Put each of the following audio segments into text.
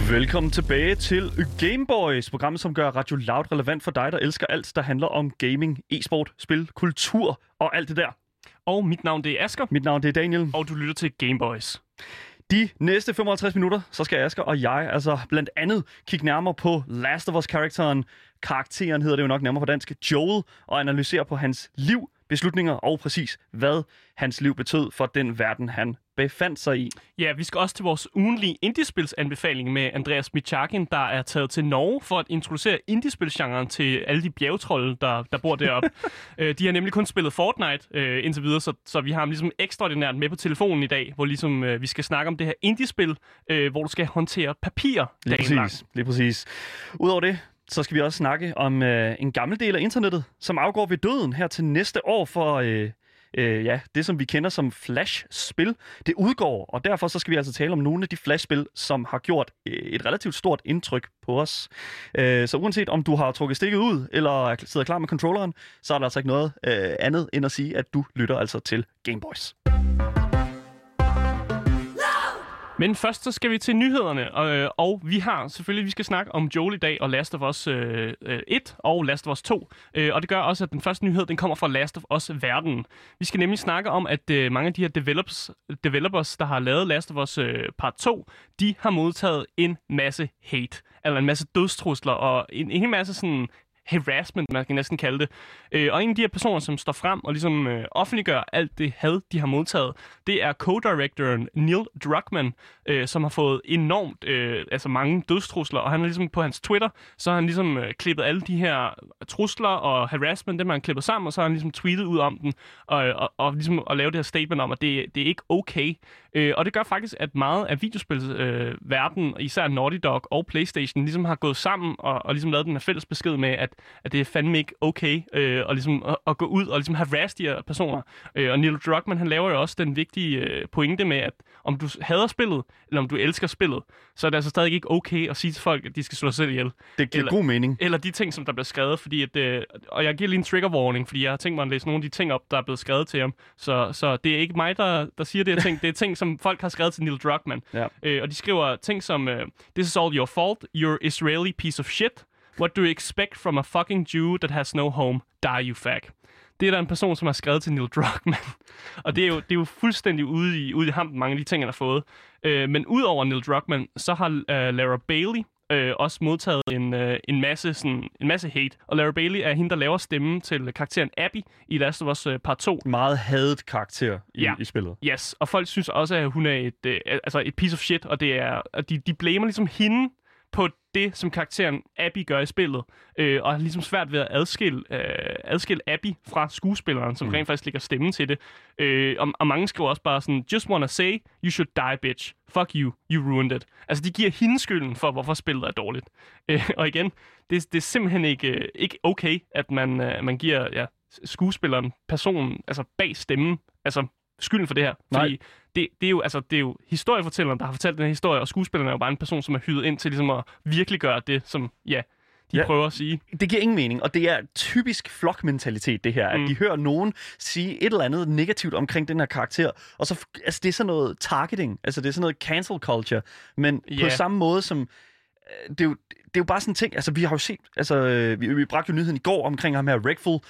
Velkommen tilbage til Gameboys, programmet som gør Radio Loud relevant for dig, der elsker alt, der handler om gaming, e-sport, spil, kultur og alt det der. Og mit navn det er Asger. Mit navn det er Daniel. Og du lytter til Gameboys. De næste 55 minutter, så skal Asger og jeg altså blandt andet kigge nærmere på Last of Us-karakteren. Karakteren hedder det jo nok nærmere på dansk, Joel, og analysere på hans liv, beslutninger og præcis, hvad hans liv betød for den verden, han befandt sig i. Ja, vi skal også til vores ugenlige indiespilsanbefaling med Andreas Michakin, der er taget til Norge for at introducere indiespilsgenren til alle de bjergetrolde, der bor deroppe. De har nemlig kun spillet Fortnite indtil videre, så vi har ham ligesom ekstraordinært med på telefonen i dag, hvor ligesom vi skal snakke om det her indiespil, hvor du skal håndtere papir dagen lang. Lige præcis. Udover det, så skal vi også snakke om en gammel del af internettet, som afgår ved døden her til næste år for det, som vi kender som Flash-spil. Det udgår, og derfor så skal vi altså tale om nogle af de Flash-spil, som har gjort et relativt stort indtryk på os. Så uanset om du har trukket stikket ud, eller sidder klar med controlleren, så er der altså ikke noget andet end at sige, at du lytter altså til Gameboys. Men først så skal vi til nyhederne, og vi skal snakke om Joel i dag og Last of Us 1 og Last of Us 2. Og det gør også, at den første nyhed, den kommer fra Last of Us-verdenen. Vi skal nemlig snakke om, at mange af de her developers, der har lavet Last of Us Part 2, de har modtaget en masse hate, eller en masse dødstrusler og en hel masse sådan harassment, man kan næsten kalde det. Og en af de her personer, som står frem og ligesom offentliggør alt det had, de har modtaget, det er co-directoren Neil Druckmann, som har fået enormt mange dødstrusler, og han har ligesom på hans Twitter, så har han ligesom klippet alle de her trusler og harassment, dem har han klippet sammen, og så har han ligesom tweetet ud om den, og ligesom at lave det her statement om, at det er ikke okay. Og det gør faktisk, at meget af videospilsverden, især Naughty Dog og PlayStation, ligesom har gået sammen og ligesom lavet den her fælles besked med, at det er fandme ikke okay og ligesom at gå ud og ligesom harasse de her personer. Og Neil Druckmann, han laver jo også den vigtige pointe med, at om du hader spillet, eller om du elsker spillet, så er det altså stadig ikke okay at sige til folk, at de skal slå sig selv ihjel. Det giver god mening. Eller de ting, som der bliver skrevet, fordi at, og jeg giver lige en trigger warning, fordi jeg har tænkt mig at læse nogle af de ting op, der er blevet skrevet til ham. Så det er ikke mig, der siger det her ting. Det er ting, som folk har skrevet til Neil Druckmann. Ja. Og de skriver ting som, this is all your fault, you're Israeli piece of shit. What do you expect from a fucking Jew that has no home? Die, you fag. Det er der en person, som har skrevet til Neil Druckmann. Og det er jo fuldstændig ude i hampen, mange af de ting, han har fået. Men udover Neil Druckmann, så har Lara Bailey også modtaget en masse hate. Og Lara Bailey er hende, der laver stemmen til karakteren Abby i Last of Us Part 2. Meget hadet karakter i spillet. Yes, og folk synes også, at hun er et piece of shit, og det er, de blamer ligesom hende på det, som karakteren Abby gør i spillet, og har ligesom svært ved at adskille Abby fra skuespilleren, som rent faktisk lægger stemmen til det. Og mange skriver også bare sådan, just wanna say, you should die, bitch. Fuck you, you ruined it. Altså, de giver hende skylden for, hvorfor spillet er dårligt. Og igen, det er simpelthen ikke okay, at man giver skuespilleren, personen, altså bag stemmen, altså skylden for det her. Fordi det er jo historiefortælleren, der har fortalt den her historie, og skuespilleren er jo bare en person, som er hyret ind til ligesom at virkelig gøre det, som de prøver at sige. Det giver ingen mening, og det er typisk flokmentalitet, det her, at de hører nogen sige et eller andet negativt omkring den her karakter, og så, altså det er sådan noget targeting, altså det er sådan noget cancel culture, men på samme måde som, det er jo bare sådan en ting, altså vi har jo set, altså vi bragte jo nyheden i går omkring ham her Redfall,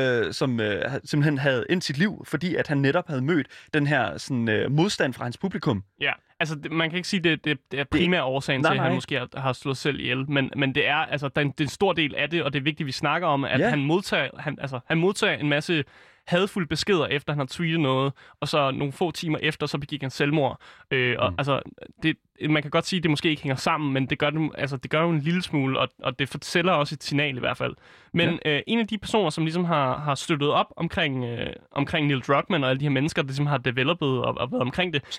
som simpelthen havde endt sit liv, fordi at han netop havde mødt den her sådan modstand fra hans publikum. Ja, altså man kan ikke sige, det er primær årsagen til, at han måske har slået sig ihjel, men det er altså det er en stor del af det, og det er vigtigt, at vi snakker om, at han modtager en masse hadfulde beskeder, efter han har tweetet noget, og så nogle få timer efter, så begik han selvmord. Og altså, man kan godt sige, at det måske ikke hænger sammen, men det gør jo en lille smule, og det fortæller også et signal i hvert fald. Men en af de personer, som ligesom har støttet op omkring Neil Druckmann og alle de her mennesker, der ligesom har developet og været omkring det,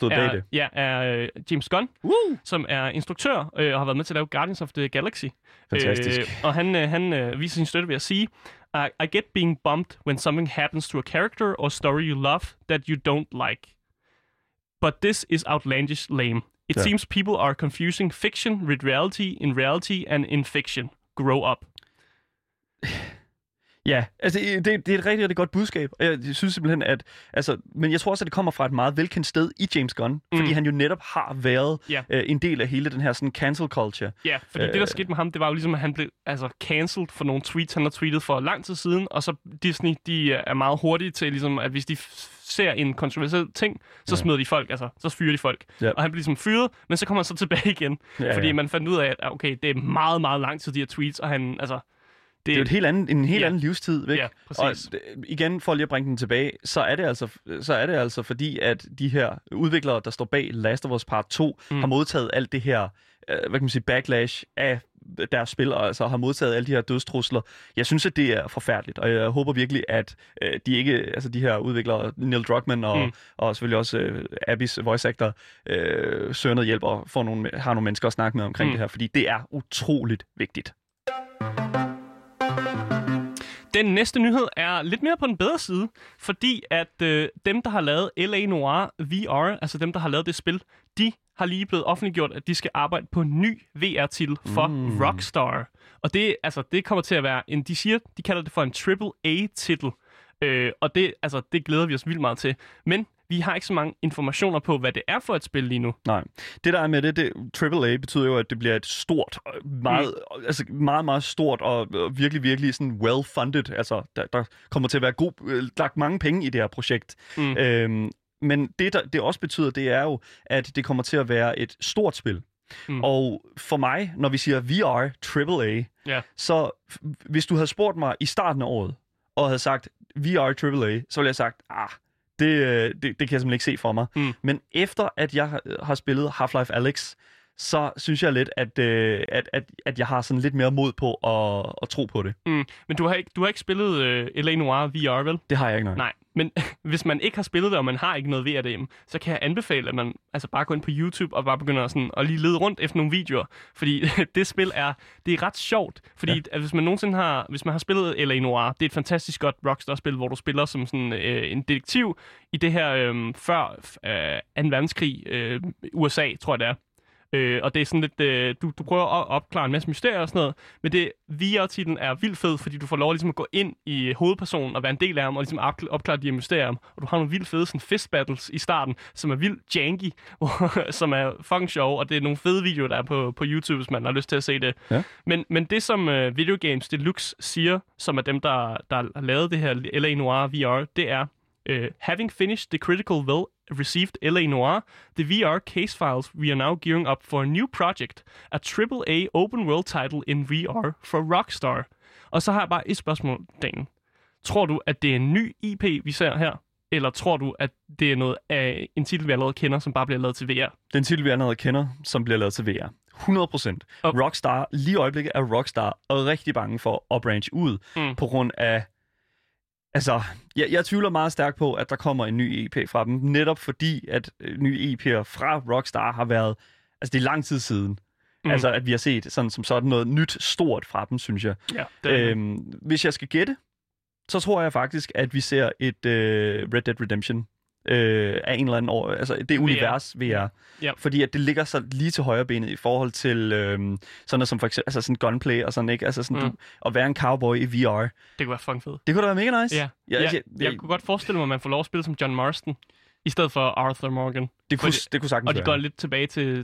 er James Gunn, som er instruktør og har været med til at lave Guardians of the Galaxy. Fantastisk. Og han viser sin støtte ved at sige, I get being bummed when something happens to a character or story you love that you don't like. But this is outlandish lame. It seems people are confusing fiction with reality, in reality and in fiction. Grow up. Ja, altså det er et rigtig, rigtig godt budskab. Og jeg synes simpelthen, at... Altså, men jeg tror også, at det kommer fra et meget velkendt sted i James Gunn, fordi han jo netop har været en del af hele den her sådan cancel culture. Ja, fordi det, der skete med ham, det var jo ligesom, at han blev cancelled for nogle tweets, han har tweetet for lang tid siden, og så Disney, de er meget hurtige til, ligesom, at hvis de ser en kontroversiel ting, så smider de folk, altså, så fyrer de folk. Ja. Og han blev ligesom fyret, men så kommer han så tilbage igen, fordi man fandt ud af, at okay, det er meget, meget lang tid, de her tweets, og han, altså... Det er jo en helt anden livstid, ikke? Ja, præcis. Og igen, for lige at bringe den tilbage, så er det altså fordi, at de her udviklere, der står bag Last of Us Part 2, har modtaget alt det her, hvad kan man sige, backlash af deres spil, og altså har modtaget alle de her dødstrusler. Jeg synes, at det er forfærdeligt, og jeg håber virkelig, at de ikke, altså de her udviklere, Neil Druckmann og selvfølgelig også Abby's voice actor, søger noget hjælp og har nogle mennesker at snakke med omkring det her, fordi det er utroligt vigtigt. Den næste nyhed er lidt mere på den bedre side, fordi at dem, der har lavet L.A. Noire VR, altså dem, der har lavet det spil, de har lige blevet offentliggjort, at de skal arbejde på en ny VR-titel for Rockstar. Og det kommer til at være de kalder det for en AAA-titel. Og det glæder vi os vildt meget til. Men vi har ikke så mange informationer på, hvad det er for et spil lige nu. Nej. Det der er med det AAA betyder jo, at det bliver et stort, meget, meget stort og virkelig, virkelig sådan well-funded. Altså, der kommer til at være lagt mange penge i det her projekt. Men det også betyder, det er jo, at det kommer til at være et stort spil. Og for mig, når vi siger VR AAA, så hvis du havde spurgt mig i starten af året, og havde sagt VR AAA, så ville jeg have sagt, det kan jeg simpelthen ikke se for mig. Men efter at jeg har spillet Half-Life Alyx, så synes jeg lidt, at jeg har sådan lidt mere mod på at tro på det. Men du har ikke spillet L.A. Noire VR, vel? Det har jeg ikke, nej. Men hvis man ikke har spillet det, og man har ikke noget VR derhjemme, så kan jeg anbefale, at man altså bare går ind på YouTube og bare begynder sådan at lige lede rundt efter nogle videoer. Fordi det spil er ret sjovt. Fordi at hvis man har spillet L.A. Noire, det er et fantastisk godt Rockstar-spil, hvor du spiller som sådan en detektiv i det her før 2. verdenskrig USA, tror jeg det er. Og det er sådan lidt, du prøver at opklare en masse mysterier og sådan noget, men VR-titlen er vildt fed, fordi du får lov ligesom at gå ind i hovedpersonen og være en del af ham, og ligesom opklare de her mysterier, og du har nogle vildt fede sådan fist battles i starten, som er vildt janky, som er fucking sjove, og det er nogle fede videoer, der er på YouTube, hvis man har lyst til at se det. Ja. Men det som Video Games Deluxe siger, som er dem, der har lavet det her L.A. Noire VR, det er, having finished the critical well received L.A. Noire, the VR case files, we are now gearing up for a new project, a AAA open world title in VR for Rockstar. Og så har jeg bare et spørgsmål, Daniel. Tror du, at det er en ny IP, vi ser her? Eller tror du, at det er noget af en titel, vi allerede kender, som bare bliver lavet til VR? Det er en titel, vi allerede kender, som bliver lavet til VR. 100%. Rockstar, lige i øjeblikket er Rockstar rigtig bange for at branche ud på grund af... Altså, jeg tvivler meget stærkt på, at der kommer en ny EP fra dem, netop fordi, at nye EP'er fra Rockstar har været... Altså, det er lang tid siden. Altså, at vi har set sådan noget nyt, stort fra dem, synes jeg. Ja, hvis jeg skal gætte, så tror jeg faktisk, at vi ser et Red Dead Redemption af en eller anden år. Altså, det univers VR. Ja. Fordi at det ligger så lige til højre benet i forhold til sådan noget som for eksempel altså sådan gunplay og sådan, ikke? Altså sådan at være en cowboy i VR. Det kunne være fucking fedt. Det kunne da være mega nice. Ja. Jeg kunne godt forestille mig, at man får lov at spille som John Marston i stedet for Arthur Morgan. Det kunne sagtens være. Og de går lidt tilbage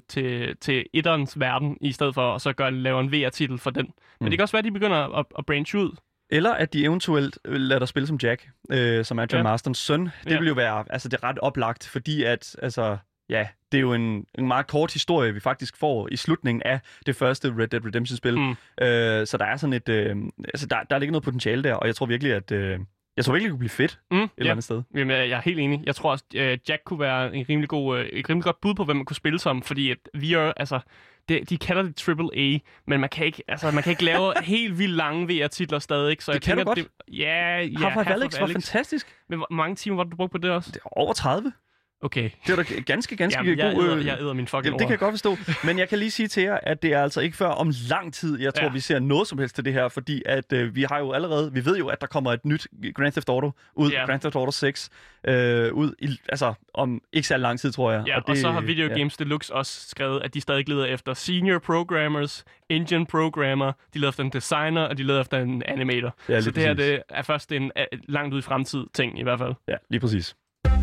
til etterens verden, i stedet for at så lave en VR-titel for den. Men det kan også være, at de begynder at branche ud. Eller at de eventuelt lader dig spille som Jack, som er John Marstons søn. Det vil jo være, altså det er ret oplagt, fordi at, altså, ja, det er jo en meget kort historie, vi faktisk får i slutningen af det første Red Dead Redemption-spil. Så der er sådan et, altså der ligger noget potentiale der, og jeg tror virkelig, at det kunne blive fedt et eller andet sted. Jamen, jeg er helt enig. Jeg tror også, Jack kunne være et rimelig godt bud på, hvem man kunne spille som, fordi at VR, altså, de kalder det AAA, men man kan ikke lave helt vildt lange VR-titler stadig. Så det jeg kan tænker, du godt. Half-Life Alyx var fantastisk. Men hvor mange timer var du brugt på det også? Det var over 30. Okay. Det var da ganske Jamen, god... Jeg æder min fucking det kan jeg godt forstå. Men jeg kan lige sige til jer, at det er altså ikke før om lang tid, jeg tror, vi ser noget som helst til det her, fordi at vi har jo allerede... Vi ved jo, at der kommer et nyt Grand Theft Auto ud, Grand Theft Auto 6, ud altså om ikke så lang tid, tror jeg. Ja, og så har Video Games Deluxe også skrevet, at de stadig leder efter senior programmers, engine programmer, de leder efter en designer, og de leder efter en animator. Ja, så det her det er først en langt ud i fremtid ting i hvert fald. Ja, lige præcis.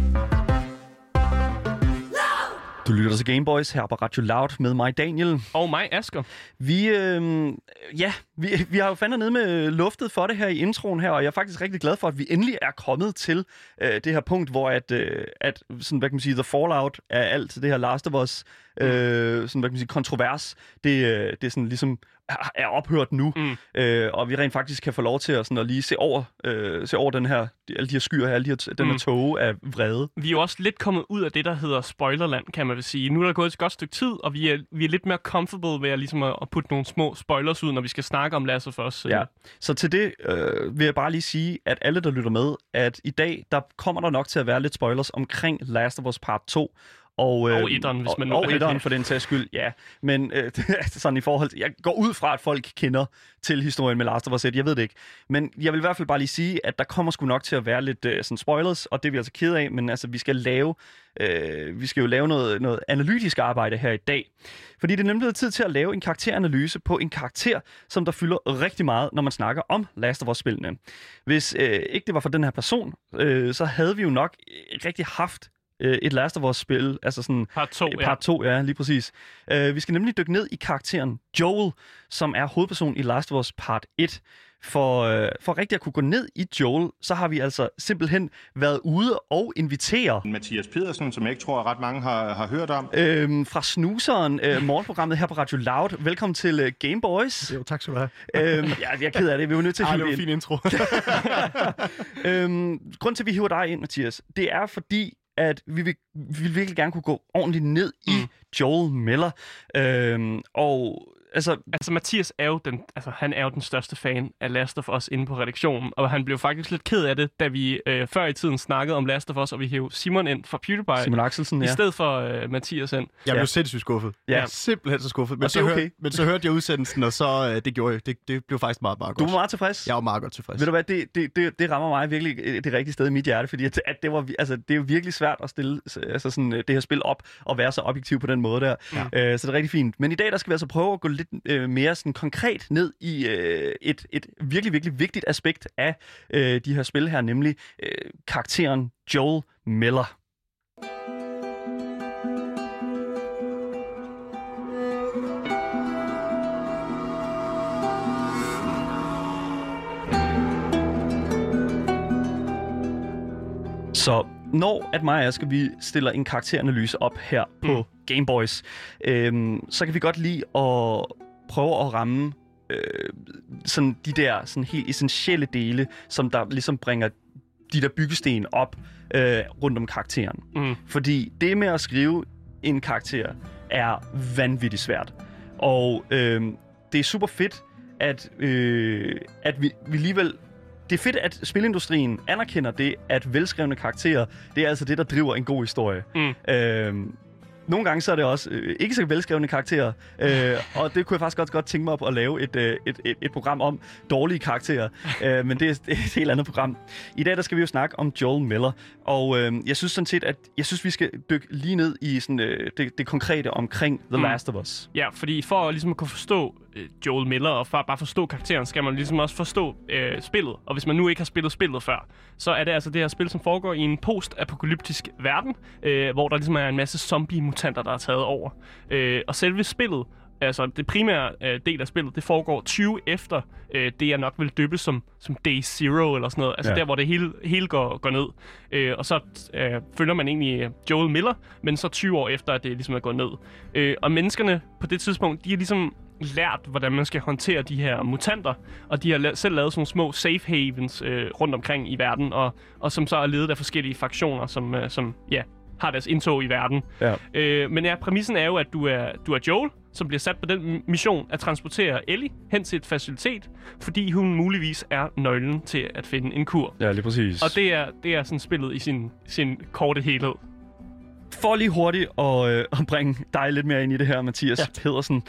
Du lytter til Gameboys her på Radio Loud med mig, Daniel. Og mig, Asger. Vi har jo fandme nede med luftet for det her i introen her, og jeg er faktisk rigtig glad for, at vi endelig er kommet til det her punkt, hvor at sådan, hvad kan man sige, the fallout af alt det her Last of Us, sådan, hvad kan man sige, kontrovers, det er sådan ligesom er ophørt nu, og vi rent faktisk kan få lov til at lige se over den her, alle de her skyer her, den her tåge af vrede. Vi er jo også lidt kommet ud af det, der hedder spoilerland, kan man vel sige. Nu er der gået et godt stykke tid, og vi er lidt mere comfortable ved at putte nogle små spoilers ud, når vi skal snakke om Last of Us. Ja, så til det vil jeg bare lige sige, at alle, der lytter med, at i dag, der kommer der nok til at være lidt spoilers omkring Last of Us Part 2, og etteren, hvis man og etteren for den sags skyld, ja. Men sådan i forhold til, jeg går ud fra, at folk kender til historien med Last of Us 1, jeg ved det ikke. Men jeg vil i hvert fald bare lige sige, at der kommer sgu nok til at være lidt sådan spoilers, og det er vi altså ked af, men altså vi skal jo lave noget analytisk arbejde her i dag. Fordi det er nemlig tid til at lave en karakteranalyse på en karakter, som der fylder rigtig meget, når man snakker om Last of Us-spillene. Hvis ikke det var for den her person, så havde vi jo nok rigtig haft et Last of Us-spil, altså sådan... Part 2, ja, lige præcis. Vi skal nemlig dykke ned i karakteren Joel, som er hovedpersonen i Last of Us Part 1. For rigtig at kunne gå ned i Joel, så har vi altså simpelthen været ude og invitere... Mathias Pedersen, som jeg ikke tror, at ret mange har hørt om. Fra Snoozeren, morgenprogrammet her på Radio Loud. Velkommen til Gameboys. Jo, tak skal du have. Jeg er ked af det, vi var nødt til at hive det var en fin intro. Grunden til, at vi hiver dig ind, Mathias, det er fordi, at vi vil virkelig gerne kunne gå ordentligt ned i Joel Miller. Og altså Mathias er jo han er jo den største fan af Last of Us inde på redaktionen, og han blev faktisk lidt ked af det, da vi før i tiden snakkede om Last of Us, og vi hævde Simon ind fra PewDiePie. Simon Axelsen, i stedet for Mathias ind. Jeg blev sindssygt skuffet. Ja. Simpelthen så skuffet. Men, okay. så hørte jeg udsendelsen, og så det gjorde jeg. Det blev faktisk meget, meget godt. Du var meget tilfreds? Jeg var meget godt tilfreds. Ved du hvad, det rammer mig virkelig det rigtige sted i mit hjerte, fordi at det var, altså, det er jo virkelig svært at stille altså sådan, det her spil op og være så objektiv på den måde der. Ja. Så det er rigtig fint. Men i dag, der skal vi altså prøve at gå lidt mere sådan konkret ned i et virkelig, virkelig vigtigt aspekt af de her spil her, nemlig karakteren Joel Miller. Så når at mig og Asger, vi stiller en karakteranalyse op her på Gameboys, så kan vi godt lide at prøve at ramme sådan de der sådan helt essentielle dele, som der ligesom bringer de der byggesten op rundt om karakteren. Fordi det med at skrive en karakter er vanvittigt svært. Og det er super fedt, at vi alligevel... Det er fedt, at spilindustrien anerkender det, at velskrevne karakterer, det er altså det, der driver en god historie. Nogle gange så er det også ikke så velskrevne karakterer, og det kunne jeg faktisk godt tænke mig op at lave et program om dårlige karakterer, men det er et helt andet program. I dag der skal vi jo snakke om Joel Miller, og jeg synes sådan set, at vi skal dykke lige ned i sådan, det konkrete omkring The Last of Us. Ja, fordi for ligesom at kunne forstå Joel Miller, og for at bare forstå karakteren, skal man ligesom også forstå spillet. Og hvis man nu ikke har spillet spillet før, så er det altså det her spil, som foregår i en post-apokalyptisk verden, hvor der ligesom er en masse zombie-mutanter, der er taget over. Og selve spillet, altså det primære del af spillet, det foregår 20 efter det, jeg nok vil døbe som Day Zero eller sådan noget. Altså der, hvor det hele går ned. Og så følger man egentlig Joel Miller, men så 20 år efter, at det ligesom er gået ned. Og menneskerne på det tidspunkt, de har ligesom lært, hvordan man skal håndtere de her mutanter, og de har selv lavet sådan små safe havens rundt omkring i verden, og som så er ledet af forskellige fraktioner, som har deres indtog i verden. Ja. Men præmissen er jo, at du er Joel, som bliver sat på den mission at transportere Ellie hen til et facilitet, fordi hun muligvis er nøglen til at finde en kur. Ja, lige præcis. Og det er sådan spillet i sin korte helhed. For lige hurtigt at bringe dig lidt mere ind i det her, Mathias Pedersen.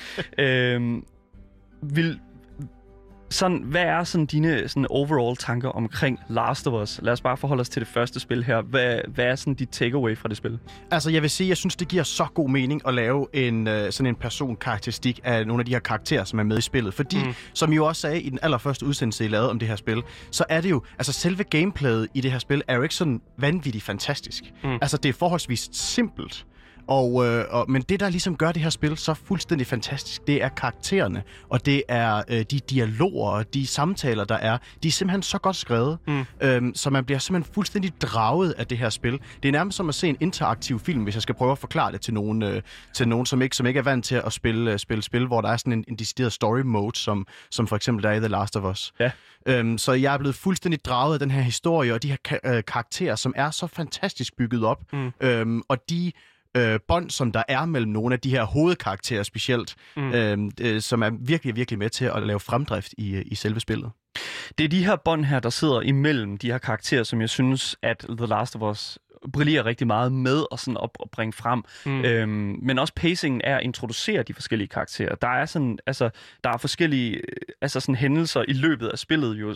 Hvad er sådan dine sådan overall tanker omkring Last of Us? Lad os bare forholde os til det første spil her. Hvad er sådan dit takeaway fra det spil? Altså, jeg vil sige, jeg synes, det giver så god mening at lave sådan en personkarakteristik af nogle af de her karakterer, som er med i spillet. Fordi, som I jo også sagde i den allerførste udsendelse, I lavede om det her spil, så er det jo, altså selve gameplayet i det her spil er jo ikke sådan vanvittigt fantastisk. Altså, det er forholdsvis simpelt. Men det, der ligesom gør det her spil så fuldstændig fantastisk, det er karaktererne, og det er de dialoger og de samtaler, der er. De er simpelthen så godt skrevet, så man bliver simpelthen fuldstændig draget af det her spil. Det er nærmest som at se en interaktiv film, hvis jeg skal prøve at forklare det til nogen som ikke er vant til at spille, hvor der er sådan en decideret story mode, som for eksempel der er i The Last of Us. Ja. Så jeg er blevet fuldstændig draget af den her historie, og de her karakterer, som er så fantastisk bygget op. Og de bånd, som der er mellem nogle af de her hovedkarakterer specielt, som er virkelig, virkelig med til at lave fremdrift i selve spillet. Det er de her bånd her, der sidder imellem de her karakterer, som jeg synes, at The Last of Us brillerer rigtig meget med og sådan at bringe frem. Men også pacingen er at introducere de forskellige karakterer. Der er sådan, altså, der er forskellige sådan hændelser i løbet af spillet jo,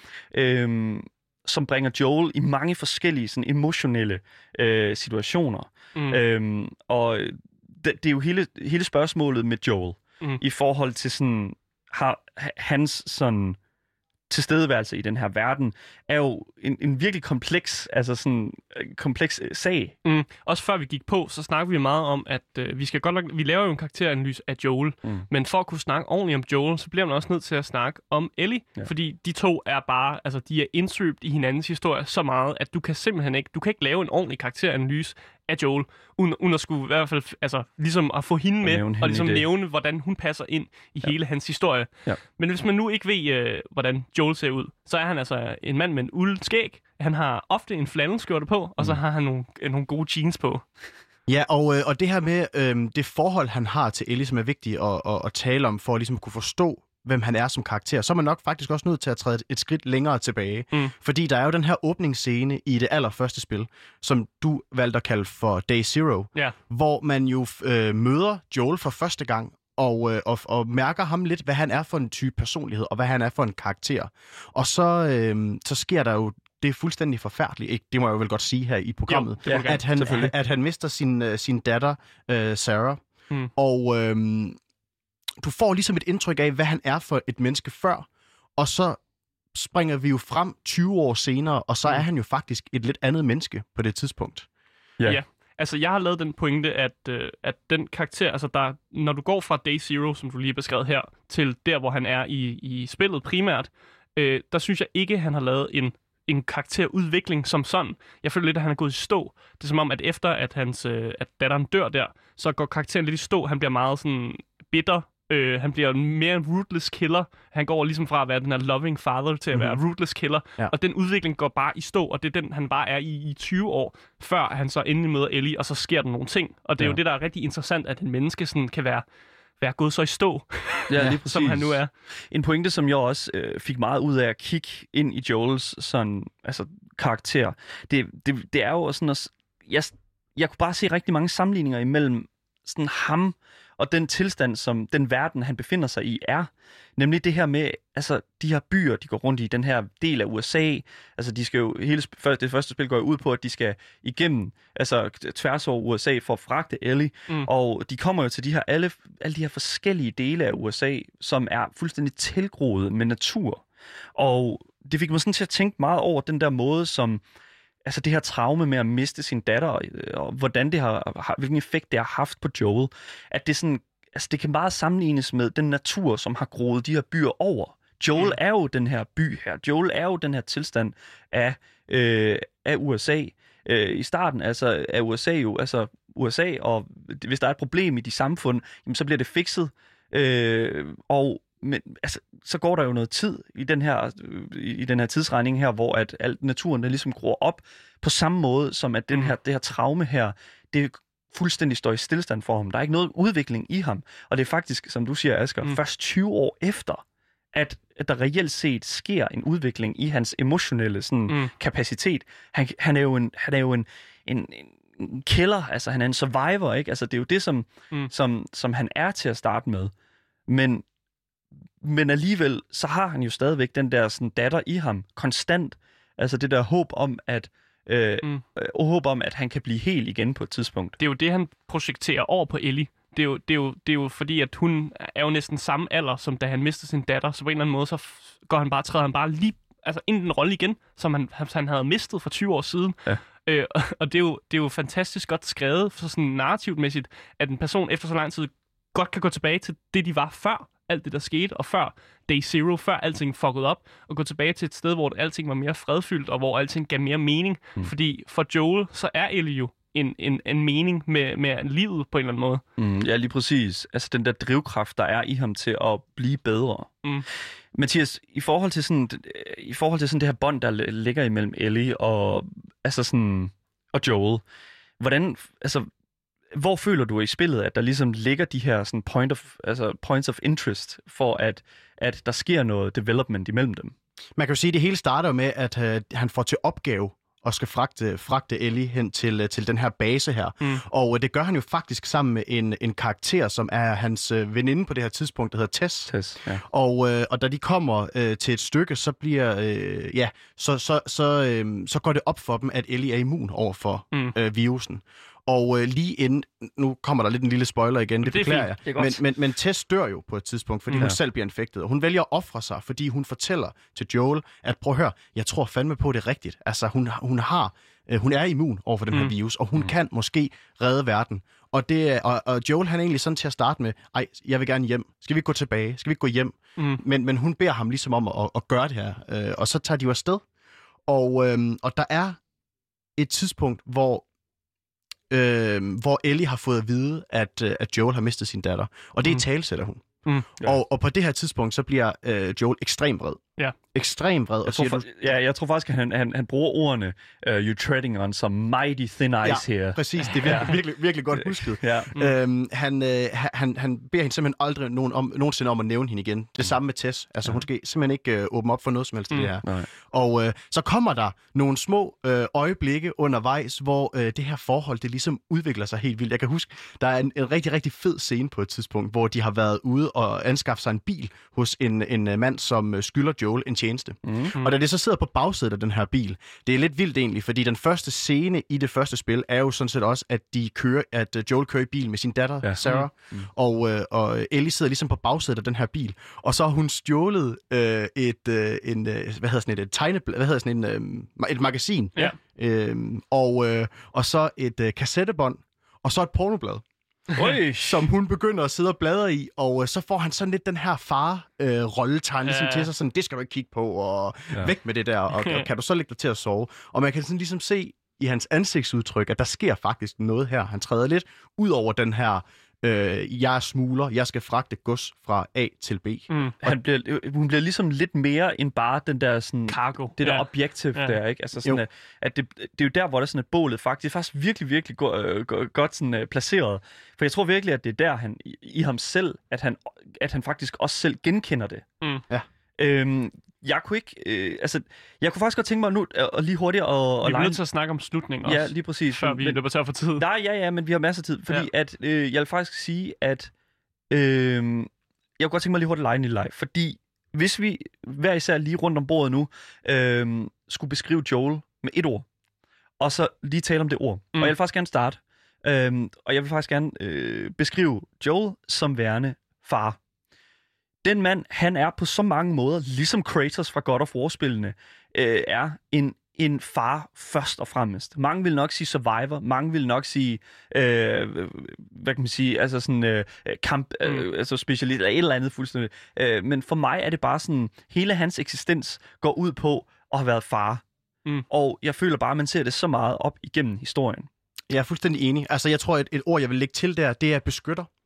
som bringer Joel i mange forskellige sådan emotionelle situationer. Og det er jo hele spørgsmålet med Joel i forhold til sådan hans sådan tilstedeværelse i den her verden er jo en virkelig kompleks sag. Også før vi gik på, så snakker vi meget om, at vi laver jo en karakteranalyse af Joel, men for at kunne snakke ordentligt om Joel, så bliver man også nødt til at snakke om Ellie, fordi de to er bare, altså de er indsøbt i hinandens historie så meget, at du kan ikke lave en ordentlig karakteranalyse af Joel, uden at skulle i hvert fald, altså ligesom at få hende med, og ligesom nævne, hvordan hun passer ind i hele hans historie. Ja. Men hvis man nu ikke ved, hvordan Joel ser ud, så er han altså en mand med en ulden skæg. Han har ofte en flanelskjorte på, og så har han nogle gode jeans på. Ja, og det her med det forhold, han har til Ellie, som er vigtigt at tale om, for at ligesom kunne forstå, hvem han er som karakter, så er man nok faktisk også nødt til at træde et skridt længere tilbage. Fordi der er jo den her åbningsscene i det allerførste spil, som du valgte at kalde for Day Zero, hvor man jo møder Joel for første gang, og mærker ham lidt, hvad han er for en type personlighed, og hvad han er for en karakter. Og så sker der jo det er fuldstændig forfærdeligt, ikke? Det må jeg jo vel godt sige her i programmet, jo, at han mister sin datter, Sarah, og du får ligesom et indtryk af, hvad han er for et menneske før, og så springer vi jo frem 20 år senere, og så er han jo faktisk et lidt andet menneske på det tidspunkt. Ja. Altså, jeg har lavet den pointe, at den karakter, altså når du går fra Day Zero, som du lige har beskrevet her, til der, hvor han er i spillet primært, der synes jeg ikke, han har lavet en karakterudvikling som sådan. Jeg føler lidt, at han er gået i stå. Det er som om, at efter at datteren dør der, så går karakteren lidt i stå. Han bliver meget sådan bitter. Han bliver mere en ruthless killer. Han går ligesom fra at være den her loving father til at være ruthless killer. Ja. Og den udvikling går bare i stå, og det er den, han bare er i 20 år, før han så endelig møder Ellie, og så sker der nogle ting. Og det er jo det, der er rigtig interessant, at en menneske sådan kan være gået så i stå, som han nu er. En pointe, som jeg også fik meget ud af at kigge ind i Joels karakter, det er jo sådan, at jeg kunne bare se rigtig mange sammenligninger imellem sådan ham og den tilstand, som den verden, han befinder sig i, er. Nemlig det her med, altså de her byer, de går rundt i, den her del af USA, altså de skal jo, det første spil går jo ud på, at de skal igennem, altså tværs over USA for at fragte Ellie, og de kommer jo til de her, alle de her forskellige dele af USA, som er fuldstændig tilgroet med natur. Og det fik mig sådan til at tænke meget over den der måde, som altså det her traume med at miste sin datter, og hvordan det hvilken effekt det har haft på Joel, at det sådan, altså det kan bare sammenlignes med den natur, som har groet de her byer over. Joel er jo den her by her. Joel er jo den her tilstand af USA. I starten altså af USA jo, altså USA, og hvis der er et problem i de samfund, jamen, så bliver det fikset. Men altså, så går der jo noget tid i den her tidsregning her, hvor at al naturen der ligesom gror op på samme måde, som at det her traume her, det fuldstændig står i stillestand for ham. Der er ikke noget udvikling i ham. Og det er faktisk, som du siger, Asger, først 20 år efter, at der reelt set sker en udvikling i hans emotionelle kapacitet. Han er jo killer, altså han er en survivor, ikke? Altså det er jo det, som han er til at starte med. Men alligevel, så har han jo stadigvæk den der sådan, datter i ham, konstant. Altså det der håb om, at han kan blive hel igen på et tidspunkt. Det er jo det, han projekterer over på Ellie. Det er jo fordi, at hun er jo næsten samme alder, som da han mistede sin datter. Så på en eller anden måde, så træder han bare lige ind i den rolle igen, som han havde mistet for 20 år siden. Ja. Og det er jo fantastisk godt skrevet, for sådan narrativmæssigt, at en person efter så lang tid godt kan gå tilbage til det, de var før alt det, der skete, og før Day Zero, før alting fuckede op, og gå tilbage til et sted, hvor alting var mere fredfyldt, og hvor alting gav mere mening. Fordi for Joel, så er Ellie jo en mening med livet på en eller anden måde. Ja, lige præcis. Altså den der drivkraft, der er i ham til at blive bedre. Mathias, i forhold til sådan det her bånd, der ligger imellem Ellie og Joel, hvor føler du i spillet, at der ligesom ligger de her sådan points of interest for at der sker noget development imellem dem? Man kan jo sige, at det hele starter med, at han får til opgave og skal fragte Ellie hen til den her base her. Og det gør han jo faktisk sammen med en karakter, som er hans veninde på det her tidspunkt, der hedder Tess. Ja. Og da de kommer til et stykke, så bliver så går det op for dem, at Ellie er immun over for virusen. Og lige inden, nu kommer der lidt en lille spoiler igen, det beklager jeg, men Tess dør jo på et tidspunkt, fordi hun selv bliver infektet, og hun vælger at ofre sig, fordi hun fortæller til Joel, at prøv at høre, jeg tror fandme på, det er rigtigt. Altså, hun er immun over for den her virus, og hun kan måske redde verden. Og Joel, han er egentlig sådan til at starte med, jeg vil gerne hjem. Skal vi ikke gå tilbage? Skal vi ikke gå hjem? Men hun beder ham ligesom om at gøre det her, og så tager de jo afsted. Og der er et tidspunkt, hvor Ellie har fået at vide, at Joel har mistet sin datter. Og det er talsætter hun. Og på det her tidspunkt, så bliver Joel ekstremt vred. Ja. Ekstremt vred. Jeg tror faktisk, at han bruger ordene, you're treading on some mighty thin ice here. Præcis. Det er virkelig, virkelig godt husket. Han beder hende simpelthen aldrig nogensinde om at nævne hende igen. Det samme med Tess. Altså, hun skal simpelthen ikke åbne op for noget som helst i det her. Nej. Og så kommer der nogle små øjeblikke undervejs, hvor det her forhold, det ligesom udvikler sig helt vildt. Jeg kan huske, der er en rigtig, rigtig fed scene på et tidspunkt, hvor de har været ude og anskaffe sig en bil hos en mand, som skylder Joel en tjeneste. Og da det så sidder på bagsædet af den her bil, det er lidt vildt egentlig, fordi den første scene i det første spil er jo sådan set også, at Joel kører i bil med sin datter, Sarah, og Ellie sidder ligesom på bagsædet af den her bil, og så har hun stjålet et magasin, og så et kassettebånd, og så et pornoblad. Som hun begynder at sidde og bladre i, og så får han sådan lidt den her far-rolletegn ligesom til sig, sådan, det skal du ikke kigge på, og væk med det der, og kan du så lægge dig til at sove? Og man kan sådan ligesom se i hans ansigtsudtryk, at der sker faktisk noget her. Han træder lidt ud over den her, jeg er smugler, jeg skal fragte gods fra A til B. Hun bliver ligesom lidt mere end bare den der sådan cargo, det der objektiv der, ikke? Altså sådan at det er jo der, hvor der sådan et bålet faktisk virkelig virkelig godt sådan placeret. For jeg tror virkelig, at det er der han i ham selv, at han faktisk også selv genkender det. Jeg kunne ikke, jeg kunne faktisk godt tænke mig nu lige hurtigt at... Vi er nødt til at snakke om slutningen også. Ja, lige præcis. Før vi løber tør for tid. Nej, men vi har masser af tid, fordi at, jeg vil faktisk sige, at jeg kunne godt tænke mig lige hurtigt line i live, fordi hvis vi hver især lige rundt om bordet nu skulle beskrive Joel med et ord, og så lige tale om det ord, og jeg vil faktisk gerne starte, og jeg vil faktisk gerne beskrive Joel som værende far. Den mand, han er på så mange måder, ligesom Kratos fra God of War-spillene, er en far først og fremmest. Mange vil nok sige survivor, mange vil nok sige, hvad kan man sige, altså sådan kamp, altså specialist, eller et eller andet fuldstændig. Men for mig er det bare sådan, hele hans eksistens går ud på at have været far. Og jeg føler bare, at man ser det så meget op igennem historien. Jeg er fuldstændig enig. Altså, jeg tror, et ord, jeg vil lægge til der, det er beskytter.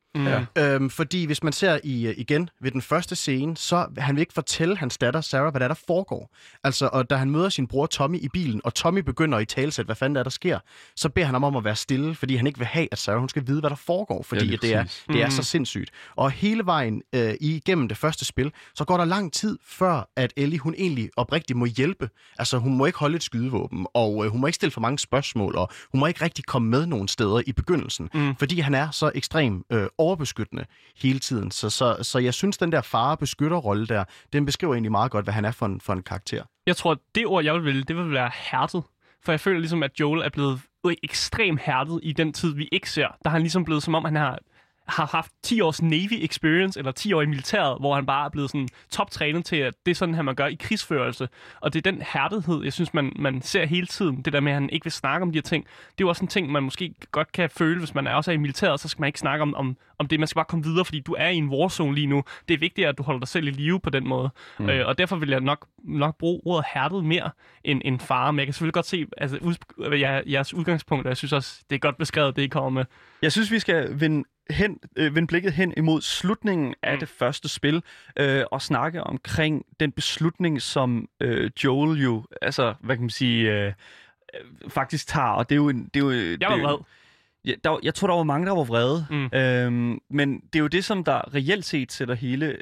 Fordi hvis man ser igen ved den første scene, så han vil ikke fortælle hans datter Sarah, hvad der foregår. Altså, og da han møder sin bror Tommy i bilen, og Tommy begynder at italesætte, hvad fanden der sker, så beder han ham om at være stille, fordi han ikke vil have, at Sarah hun skal vide, hvad der foregår, fordi det er så sindssygt. Og hele vejen igennem det første spil, så går der lang tid før, at Ellie hun egentlig oprigtigt må hjælpe. Altså, hun må ikke holde et skydevåben, og hun må ikke stille for mange spørgsmål, og hun må ikke rigtig komme med nogen steder i begyndelsen, fordi han er så ekstremt overbeskyttende hele tiden. Så jeg synes, den der fare-beskytter-rolle der, den beskriver egentlig meget godt, hvad han er for en karakter. Jeg tror, at det ord, jeg vil vælge, det vil være hærdet. For jeg føler ligesom, at Joel er blevet ekstremt hærdet i den tid, vi ikke ser. Der er han ligesom blevet, som om han har haft 10 års Navy experience, eller 10 år i militæret, hvor han bare er blevet sådan toptrænet til, at det er sådan, her man gør i krigsførelse. Og det er den hærdighed, jeg synes, man ser hele tiden. Det der med, at han ikke vil snakke om de her ting. Det er jo også en ting, man måske godt kan føle, hvis man også er i militæret, så skal man ikke snakke om det. Man skal bare komme videre, fordi du er i en warzone lige nu. Det er vigtigt, at du holder dig selv i live på den måde. Og derfor vil jeg nok bruge ordet hærdet mere end fare. Men jeg kan selvfølgelig godt se jeres udgangspunkt, og jeg synes også, det er godt beskrevet, det I kommer med. Jeg synes, vi skal vende blikket hen imod slutningen af det første spil, og snakke omkring den beslutning, som Joel jo, altså, hvad kan man sige, faktisk tager, og det er jo Jeg var vred. Jeg tror, der var mange, der var vrede, men det er jo det, som der reelt set sætter hele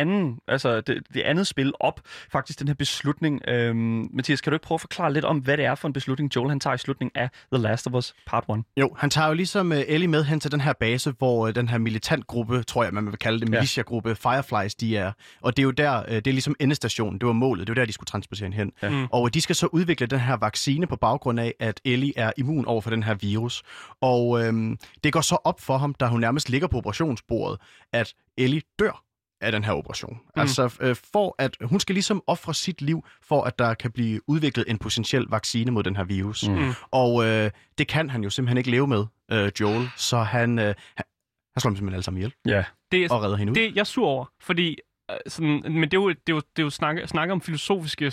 det andet spil op, faktisk den her beslutning. Mathias, kan du ikke prøve at forklare lidt om, hvad det er for en beslutning, Joel han tager i slutningen af The Last of Us Part 1? Jo, han tager jo ligesom Ellie med hen til den her base, hvor den her militantgruppe, tror jeg, man vil kalde det, militia-gruppe, Fireflies, de er. Og det er jo der, det er ligesom endestationen, det var målet, det var der, de skulle transportere hen. Ja. Og de skal så udvikle den her vaccine på baggrund af, at Ellie er immun over for den her virus. Og det går så op for ham, da hun nærmest ligger på operationsbordet, at Ellie dør af den her operation. Altså for at hun skal ligesom ofre sit liv, for at der kan blive udviklet en potentiel vaccine mod den her virus. Og det kan han jo simpelthen ikke leve med, Joel. Så han slår dem simpelthen alle sammen ihjel. Ja. Og redder hende ud. Det jeg er sur over, fordi men det er jo snakke om filosofiske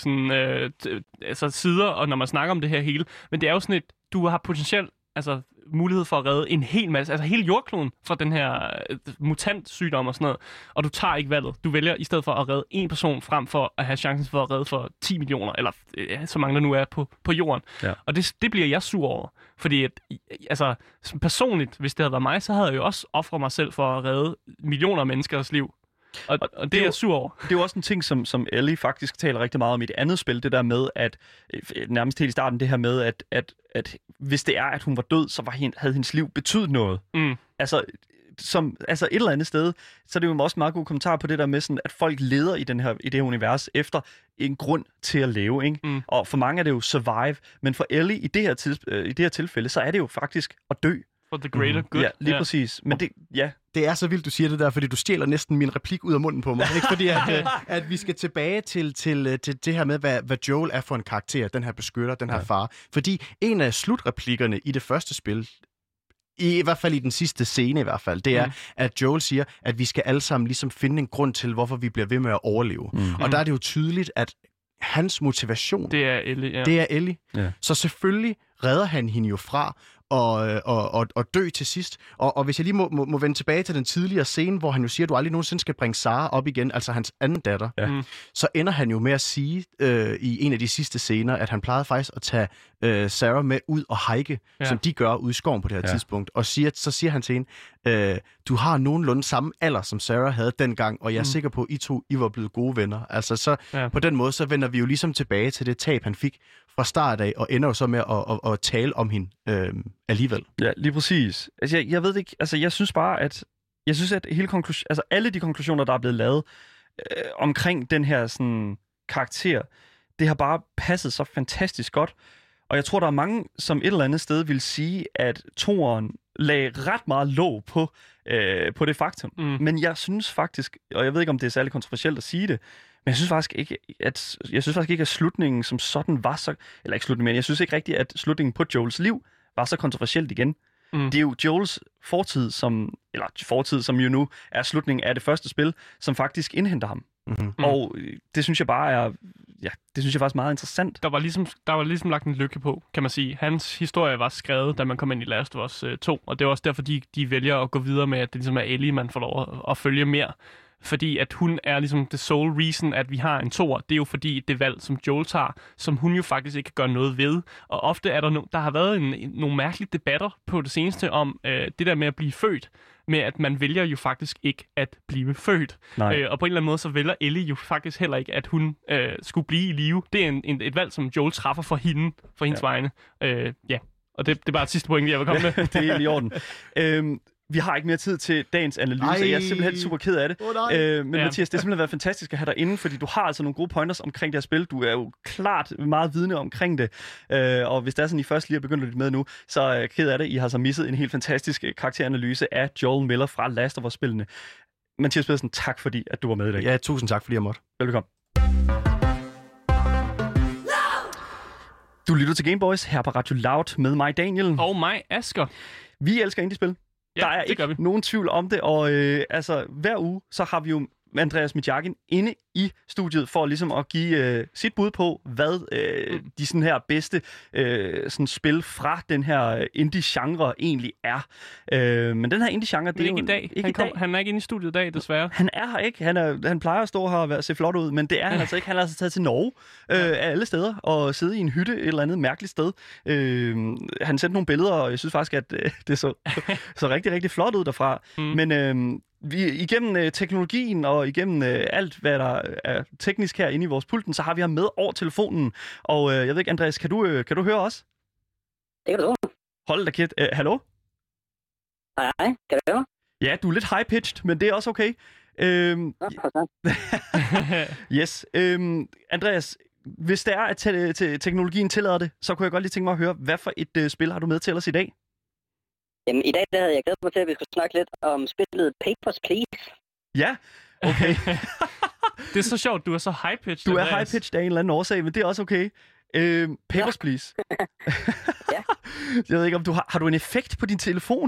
sider, og når man snakker om det her hele, men det er jo sådan du har potentielt mulighed for at redde en hel masse, altså hele jordkloden fra den her mutantsygdom og sådan noget, og du tager ikke valget. Du vælger i stedet for at redde en person frem for at have chancen for at redde for 10 millioner, eller så mange der nu er på jorden. Ja. Og det bliver jeg sur over, fordi personligt, hvis det havde været mig, så havde jeg jo også offret mig selv for at redde millioner af menneskers liv. Og det er jeg sur over. Det er jo også en ting, som Ellie faktisk taler rigtig meget om i det andet spil, det der med, at nærmest helt i starten, det her med, at hvis det er, at hun var død, så havde hendes liv betydet noget. Altså et eller andet sted, så er det jo også en meget god kommentar på det der med, sådan, at folk leder i det her univers efter en grund til at leve, ikke? Og for mange er det jo survive, men for Ellie i det her tilfælde, så er det jo faktisk at dø. For the greater good. Ja, lige præcis. Men det er så vildt, du siger det der, fordi du stjæler næsten min replik ud af munden på mig. Ikke fordi, at vi skal tilbage til det her med, hvad Joel er for en karakter, den her beskytter, den her far. Fordi en af slutreplikkerne i det første spil, i hvert fald i den sidste scene i hvert fald, det er, at Joel siger, at vi skal alle sammen ligesom finde en grund til, hvorfor vi bliver ved med at overleve. Og der er det jo tydeligt, at hans motivation, det er Ellie. Ja. Det er Ellie. Ja. Så selvfølgelig redder han hende jo fra og dø til sidst. Og hvis jeg lige må vende tilbage til den tidligere scene, hvor han jo siger, at du aldrig nogensinde skal bringe Sarah op igen, altså hans anden datter, så ender han jo med at sige i en af de sidste scener, at han plejede faktisk at tage Sarah med ud og hike, som de gør ude i skoven på det her tidspunkt. Og så siger han til hende, du har nogenlunde samme alder, som Sarah havde dengang, og jeg er sikker på, at I var blevet gode venner. Altså så på den måde, så vender vi jo ligesom tilbage til det tab, han fik fra start af, og ender jo så med at tale om hende alligevel. Ja, lige præcis. Altså, jeg ved ikke, altså jeg synes bare, at hele alle de konklusioner, der er blevet lavet omkring den her sådan karakter, det har bare passet så fantastisk godt. Og jeg tror, der er mange, som et eller andet sted vil sige, at toeren lagde ret meget låg på det faktum. Men jeg synes faktisk, og jeg ved ikke, om det er særlig kontroversielt at sige det, men jeg synes faktisk ikke, at slutningen som sådan var så... Eller ikke slutningen, men jeg synes ikke rigtigt, at slutningen på Joels liv var så kontroversielt igen. Det er jo Joels fortid, som jo nu er slutningen af det første spil, som faktisk indhenter ham. Mm-hmm. Og det synes jeg bare er... Ja, det synes jeg faktisk er meget interessant. Der var ligesom lagt en lykke på, kan man sige. Hans historie var skrevet, da man kom ind i Last of Us 2, og det er også derfor, de vælger at gå videre med, at det ligesom er Ellie, man får lov at følge mere. Fordi at hun er ligesom the sole reason, at vi har en toer. Det er jo fordi det valg, som Joel tager, som hun jo faktisk ikke kan gøre noget ved. Og ofte er der har været nogle mærkelige debatter på det seneste om det der med at blive født. Med at man vælger jo faktisk ikke at blive født. Og på en eller anden måde, så vælger Ellie jo faktisk heller ikke, at hun skulle blive i live. Det er et valg, som Joel træffer for hendes vegne. Og det er bare et sidste point, jeg vil komme med. Det er helt i orden. Vi har ikke mere tid til dagens analyse. Jeg er simpelthen super ked af det. Men Mathias, det har simpelthen været fantastisk at have dig inde, fordi du har altså nogle gode pointers omkring det her spil. Du er jo klart meget vidne omkring det. Og hvis det er sådan, I først lige er begyndt at lytte med nu, så er jeg ked af det. I har så misset en helt fantastisk karakteranalyse af Joel Miller fra Last of Us-spillene. Mathias Pedersen, tak fordi at du var med i dag. Ja, tusind tak fordi jeg måtte. Velkommen. Du lytter til Gameboys her på Radio Loud med mig, Daniel. Og mig, Asger. Vi elsker indie-spil. Ja, der er ikke nogen tvivl om det, og hver uge, så har vi jo Andreas Mijakin inde i studiet for ligesom at give sit bud på, hvad de sådan her bedste sådan spil fra den her indie-genre egentlig er. Men den her indie-genre, det er jo ikke i dag. Han er ikke inde i studiet i dag, desværre. Han er her ikke. Han plejer at stå her og se flot ud, men det er han altså ikke. Han er altså taget til Norge af alle steder og sidde i en hytte et eller andet mærkeligt sted. Han sendte nogle billeder, og jeg synes faktisk, at det så rigtig, rigtig flot ud derfra. Men igennem teknologien og igennem alt, hvad der er teknisk her inde i vores pulten, så har vi ham med over telefonen. Og jeg ved ikke, Andreas, kan du høre os? Det kan du. Hold da kæft. Hallo? Hej, kan du høre? Ja, du er lidt high-pitched, men det er også okay. Yes. Andreas, hvis det er, at teknologien tillader det, så kunne jeg godt lige tænke mig at høre, hvad for et spil har du med til os i dag? Jamen, i dag havde jeg glædet mig til, at vi skulle snakke lidt om spillet Papers, Please. Ja, okay. Det er så sjovt, du er så high-pitched. Du er high-pitched af en eller anden årsag, men det er også okay. Papers, Please. Ja. Jeg ved ikke, om du har du en effekt på din telefon?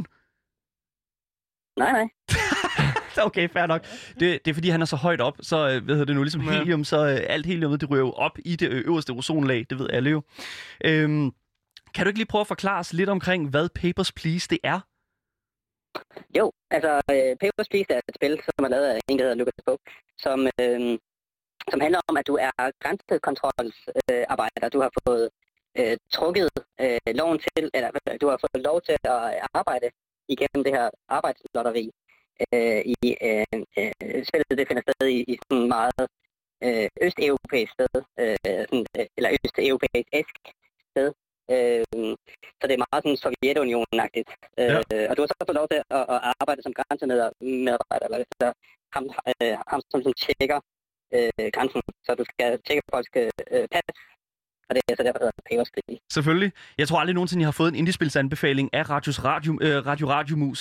Nej. Okay, fair nok. Det er fordi, han er så højt op, så det nu ligesom helium, så alt heliumet, det ryger jo op i det øverste ozonlag, det ved alle jo. Kan du ikke lige prøve at forklare os lidt omkring, hvad Papers, Please det er? Jo, altså Papers, Please er et spil, som er lavet af en, der hedder Lucas Pope, som handler om, at du er grænsekontrolsarbejder. Du har fået trukket loven til, eller du har fået lov til at arbejde igennem det her arbejdslotteri. Spillet det finder sted i sådan en meget østeuropæisk sted, eller østeuropæisk sted. Så det er meget sådan Sovjetunionen-agtigt. Og du har så fået lov til at arbejde som grænsemedarbejder, eller så ham som tjekker grænsen, så du skal tjekke folks pas. Og det er så derfor, der hedder Papers, Please. Selvfølgelig. Jeg tror aldrig nogensinde, jeg har fået en indiespilsanbefaling af Rasmus Radiomus.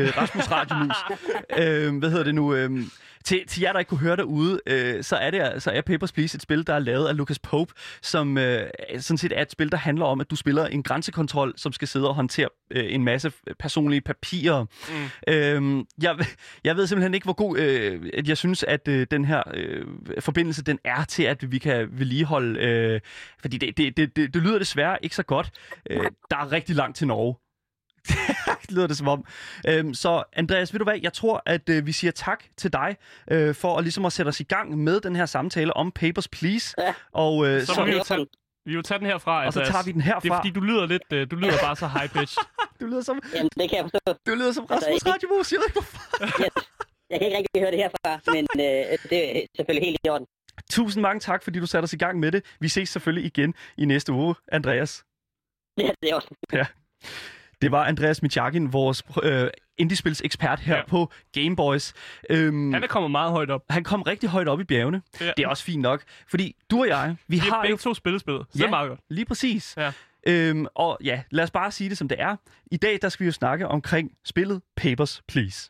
Hvad hedder det nu? Til jer, der ikke kunne høre derude, så er Papers, Please et spil, der er lavet af Lucas Pope, som sådan set er et spil, der handler om, at du spiller en grænsekontrol, som skal sidde og håndtere en masse personlige papirer. Jeg ved simpelthen ikke, hvor god jeg synes, at den her forbindelse den er til, at vi kan vedligeholde. Fordi det lyder desværre ikke så godt. Der er rigtig langt til Norge. Det lyder det som om. Så Andreas, ved du hvad? Jeg tror, at vi siger tak til dig for at ligesom at sætte os i gang med den her samtale om Papers, Please. Ja. Og så må vi jo tage den herfra. Og så tager vi den herfra. Det er fordi, du lyder bare så high-pitched. Du lyder som... Jamen, det kan jeg forstå. Du lyder som Rasmus Radiomus. Jeg ved ikke, hvorfor. Yes. Jeg kan ikke rigtig høre det herfra, men det er selvfølgelig helt i orden. Tusind mange tak, fordi du satte os i gang med det. Vi ses selvfølgelig igen i næste uge, Andreas. Ja, det er også. Ja. Det var Andreas Mijakin, vores indiespils ekspert her på Gameboys. Han er kommet meget højt op. Han kom rigtig højt op i bjergene. Ja. Det er også fint nok, fordi du og jeg, vi har begge to spillespillet. Så meget godt. Lige præcis. Ja. Og ja, lad os bare sige det, som det er. I dag, der skal vi jo snakke omkring spillet Papers, Please.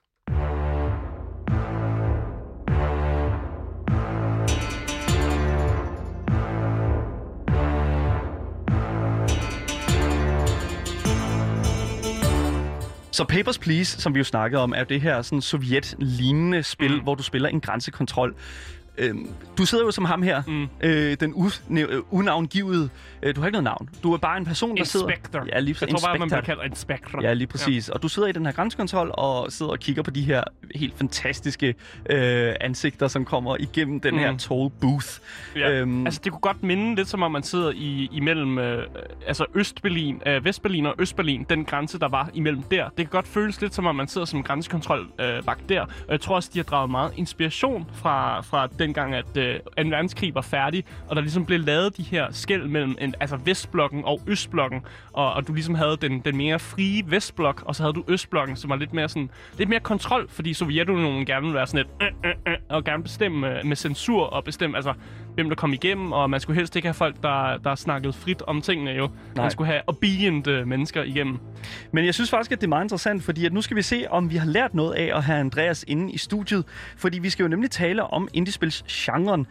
Så Papers, Please, som vi jo snakkede om, er det her sådan sovjet-lignende spil, hvor du spiller en grænsekontrol. Du sidder jo som ham her, den unavngivede. Du har ikke noget navn. Du er bare en person, der sidder... Inspector. Ja, lige Jeg tror bare, man bliver kaldt Inspector. Ja, lige præcis. Ja. Og du sidder i den her grænsekontrol og sidder og kigger på de her helt fantastiske ansigter, som kommer igennem den her toll booth. Ja. Altså, det kunne godt minde lidt som om, man sidder imellem Østberlin, Vestberlin og Østberlin. Den grænse, der var imellem der. Det kan godt føles lidt som om, man sidder som grænsekontrolvagt der. Og jeg tror også, de har draget meget inspiration fra dengang, at 2. verdenskrig var færdig, og der ligesom blev lavet de her skel mellem Vestblokken og Østblokken, og du ligesom havde den mere frie Vestblok, og så havde du Østblokken, som var lidt mere kontrol, fordi Sovjetunionen gerne ville være sådan og gerne bestemme med censur og bestemme, hvem der kom igennem, og man skulle helst ikke have folk, der snakkede frit om tingene jo. Nej. Man skulle have obedient mennesker igennem. Men jeg synes faktisk, at det er meget interessant, fordi at nu skal vi se, om vi har lært noget af at have Andreas inde i studiet, fordi vi skal jo nemlig tale om indiespilsgenren.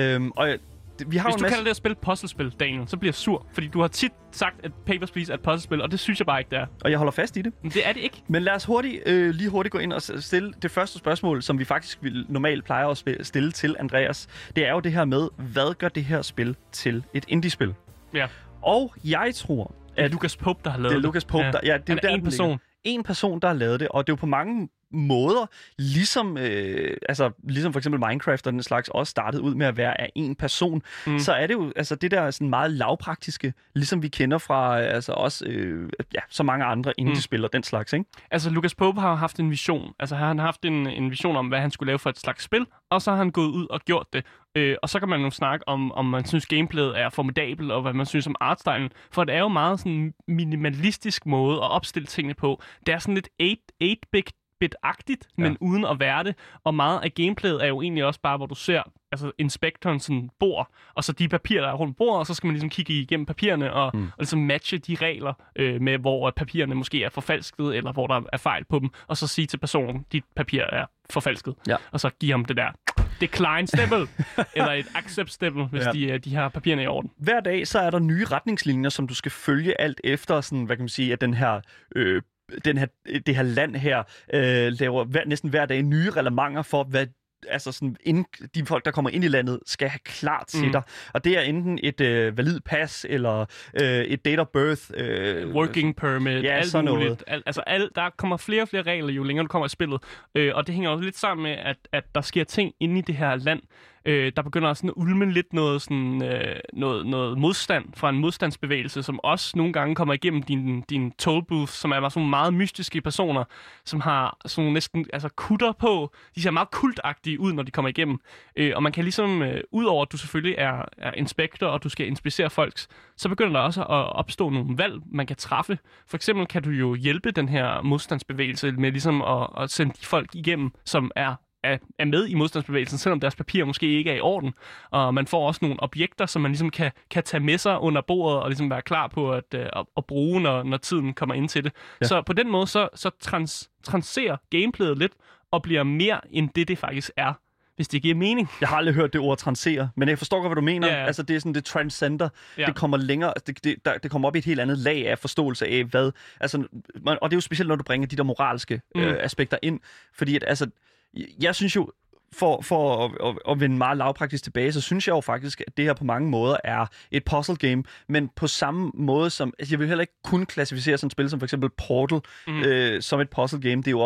Vi har Hvis du kalder det at spille puzzlespil, Daniel, så bliver jeg sur, fordi du har tit sagt, at Papers, Please er et puzzlespil, og det synes jeg bare ikke, det er. Og jeg holder fast i det. Men det er det ikke. Men lad os lige hurtigt gå ind og stille det første spørgsmål, som vi faktisk normalt plejer at stille til Andreas. Det er jo det her med, hvad gør det her spil til et indiespil? Ja. Og jeg tror, at... Det er Lucas Pope, der har lavet det. Det er Lucas Pope, der... Ja, det er en person. En person, der har lavet det, og det er jo på mange måder, ligesom for eksempel Minecraft og den slags også startede ud med at være af en person, så er det jo det der sådan meget lavpraktiske, ligesom vi kender fra så mange andre indie-spil og den slags, ikke? Altså Lucas Pope har haft en vision. Altså han har haft en vision om, hvad han skulle lave for et slags spil, og så har han gået ud og gjort det. Og så kan man jo snakke om man synes gameplayet er formidabel, og hvad man synes om artstylen, for det er jo meget sådan en minimalistisk måde at opstille tingene på. Det er sådan lidt 8-bit-agtigt, men uden at være det. Og meget af gameplayet er jo egentlig også bare, hvor du ser inspektoren sådan bord, og så de papirer, der er rundt bordet, og så skal man ligesom kigge igennem papirerne og ligesom matche de regler med, hvor papirerne måske er forfalsket, eller hvor der er fejl på dem, og så sige til personen, dit papir er forfalsket. Ja. Og så give ham det der decline-stempel, eller et accept-stempel, hvis de har papirerne i orden. Hver dag, så er der nye retningslinjer, som du skal følge alt efter, sådan, hvad kan man sige, at det her land her laver næsten hver dag nye reglementer for, hvad de folk, der kommer ind i landet, skal have klar til dig. Og det er enten et valid pas, eller et date of birth. Working permit, alt muligt. Der kommer flere og flere regler, jo længere du kommer i spillet. Og det hænger jo lidt sammen med, at der sker ting inde i det her land. Der begynder sådan at ulme lidt noget modstand fra en modstandsbevægelse, som også nogle gange kommer igennem din toll booth, som er sådan meget mystiske personer, som har sådan næsten kutter på. De ser meget kultagtige ud, når de kommer igennem. Og man kan ligesom, udover at du selvfølgelig er inspektor, og du skal inspicere folks, så begynder der også at opstå nogle valg, man kan træffe. For eksempel kan du jo hjælpe den her modstandsbevægelse med ligesom at sende de folk igennem, som er med i modstandsbevægelsen, selvom deres papirer måske ikke er i orden. Og man får også nogle objekter, som man ligesom kan tage med sig under bordet og ligesom være klar på at bruge, når tiden kommer ind til det. Ja. Så på den måde, så transerer gameplayet lidt og bliver mere end det faktisk er, hvis det giver mening. Jeg har aldrig hørt det ord transcere, men jeg forstår godt, hvad du mener. Ja. Det er sådan, det transcender. Ja. Det kommer længere, det kommer op i et helt andet lag af forståelse af, hvad... og det er jo specielt, når du bringer de der moralske aspekter ind, fordi jeg synes jo, for at vende meget lavpraktisk tilbage, så synes jeg jo faktisk, at det her på mange måder er et puzzle game, men på samme måde som... jeg vil heller ikke kun klassificere sådan et spil som for eksempel Portal som et puzzle game. Det er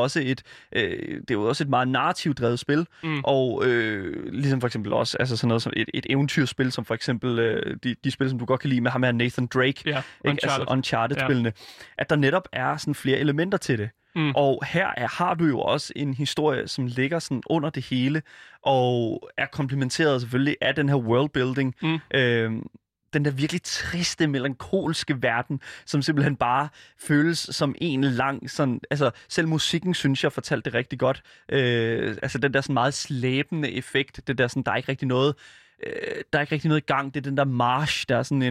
jo også et meget narrativt drevet spil, og ligesom for eksempel også sådan noget som et eventyrspil, som for eksempel de spil, som du godt kan lide med ham her Nathan Drake, Uncharted-spillene, at der netop er sådan flere elementer til det. Og her har du jo også en historie, som ligger sådan under det hele, og er komplementeret selvfølgelig af den her worldbuilding. Den der virkelig triste, melankolske verden, som simpelthen bare føles som en lang... selv musikken, synes jeg, fortalte det rigtig godt. Den der sådan meget slæbende effekt, det der sådan, der er ikke rigtig noget i gang. Det er den der march, der er sådan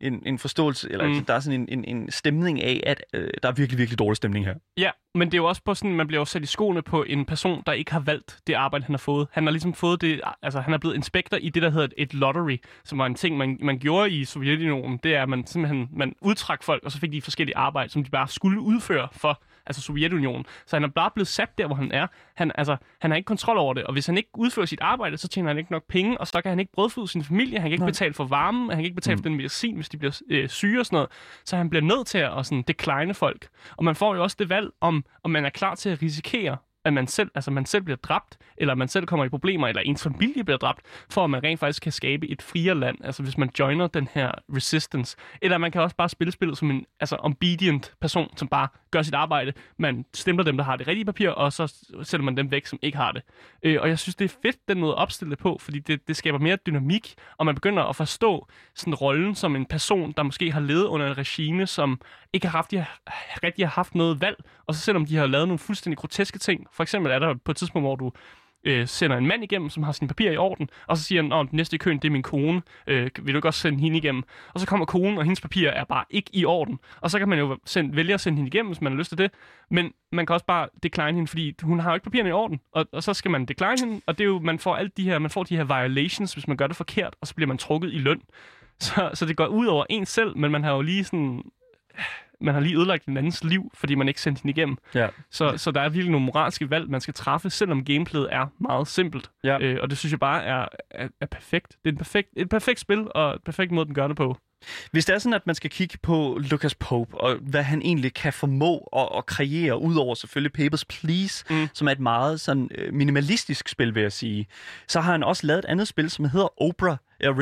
en forståelse, eller der er sådan en stemning af, at der er virkelig, virkelig dårlig stemning her. Ja, men det er jo også på sådan, man bliver jo sat i skoene på en person, der ikke har valgt det arbejde, han har fået. Han har ligesom fået det, altså han er blevet inspektor i det, der hedder et lottery, som var en ting, man gjorde i Sovjetunionen. Det er, at man simpelthen udtrak folk, og så fik de forskellige arbejde, som de bare skulle udføre for Sovjetunionen. Så han er bare blevet sat der, hvor han er. Han har ikke kontrol over det, og hvis han ikke udfører sit arbejde, så tjener han ikke nok penge, og så kan han ikke brødføde sin familie, han kan ikke betale for varmen, han kan ikke betale for den medicin, hvis de bliver syge og sådan noget. Så han bliver nødt til at sådan decline folk. Og man får jo også det valg, om man er klar til at risikere, at man selv bliver dræbt, eller man selv kommer i problemer, eller ens familie bliver dræbt, for at man rent faktisk kan skabe et friere land, altså hvis man joiner den her resistance. Eller man kan også bare spille spillet som en obedient person, som bare gør sit arbejde. Man stempler dem, der har det rigtige papir, og så sætter man dem væk, som ikke har det. Og jeg synes, det er fedt, den måde at opstille det på, fordi det skaber mere dynamik, og man begynder at forstå sådan rollen som en person, der måske har levet under et regime, som ikke har rigtig haft noget valg, og så selvom de har lavet nogle fuldstændig groteske ting. For eksempel er der på et tidspunkt, hvor du sender en mand igennem, som har sine papirer i orden, og så siger han, den næste i køen, det er min kone, vil du ikke også sende hende igennem? Og så kommer konen, og hendes papirer er bare ikke i orden. Og så kan man jo vælge at sende hende igennem, hvis man har lyst til det, men man kan også bare decline hende, fordi hun har jo ikke papirerne i orden, og så skal man decline hende, og det er jo, man får de her violations, hvis man gør det forkert, og så bliver man trukket i løn. Så det går ud over en selv, men man har jo lige sådan... Man har lige ødelagt en andens liv, fordi man ikke sendte hende igennem. Ja. Så der er virkelig nogle moralske valg, man skal træffe, selvom gameplayet er meget simpelt. Ja. Og det synes jeg bare er perfekt. Det er et perfekt spil, og et perfekt måde, den gør det på. Hvis det er sådan, at man skal kigge på Lucas Pope, og hvad han egentlig kan formå at kreere, udover selvfølgelig Papers, Please, som er et meget sådan minimalistisk spil, vil jeg sige, så har han også lavet et andet spil, som hedder Obra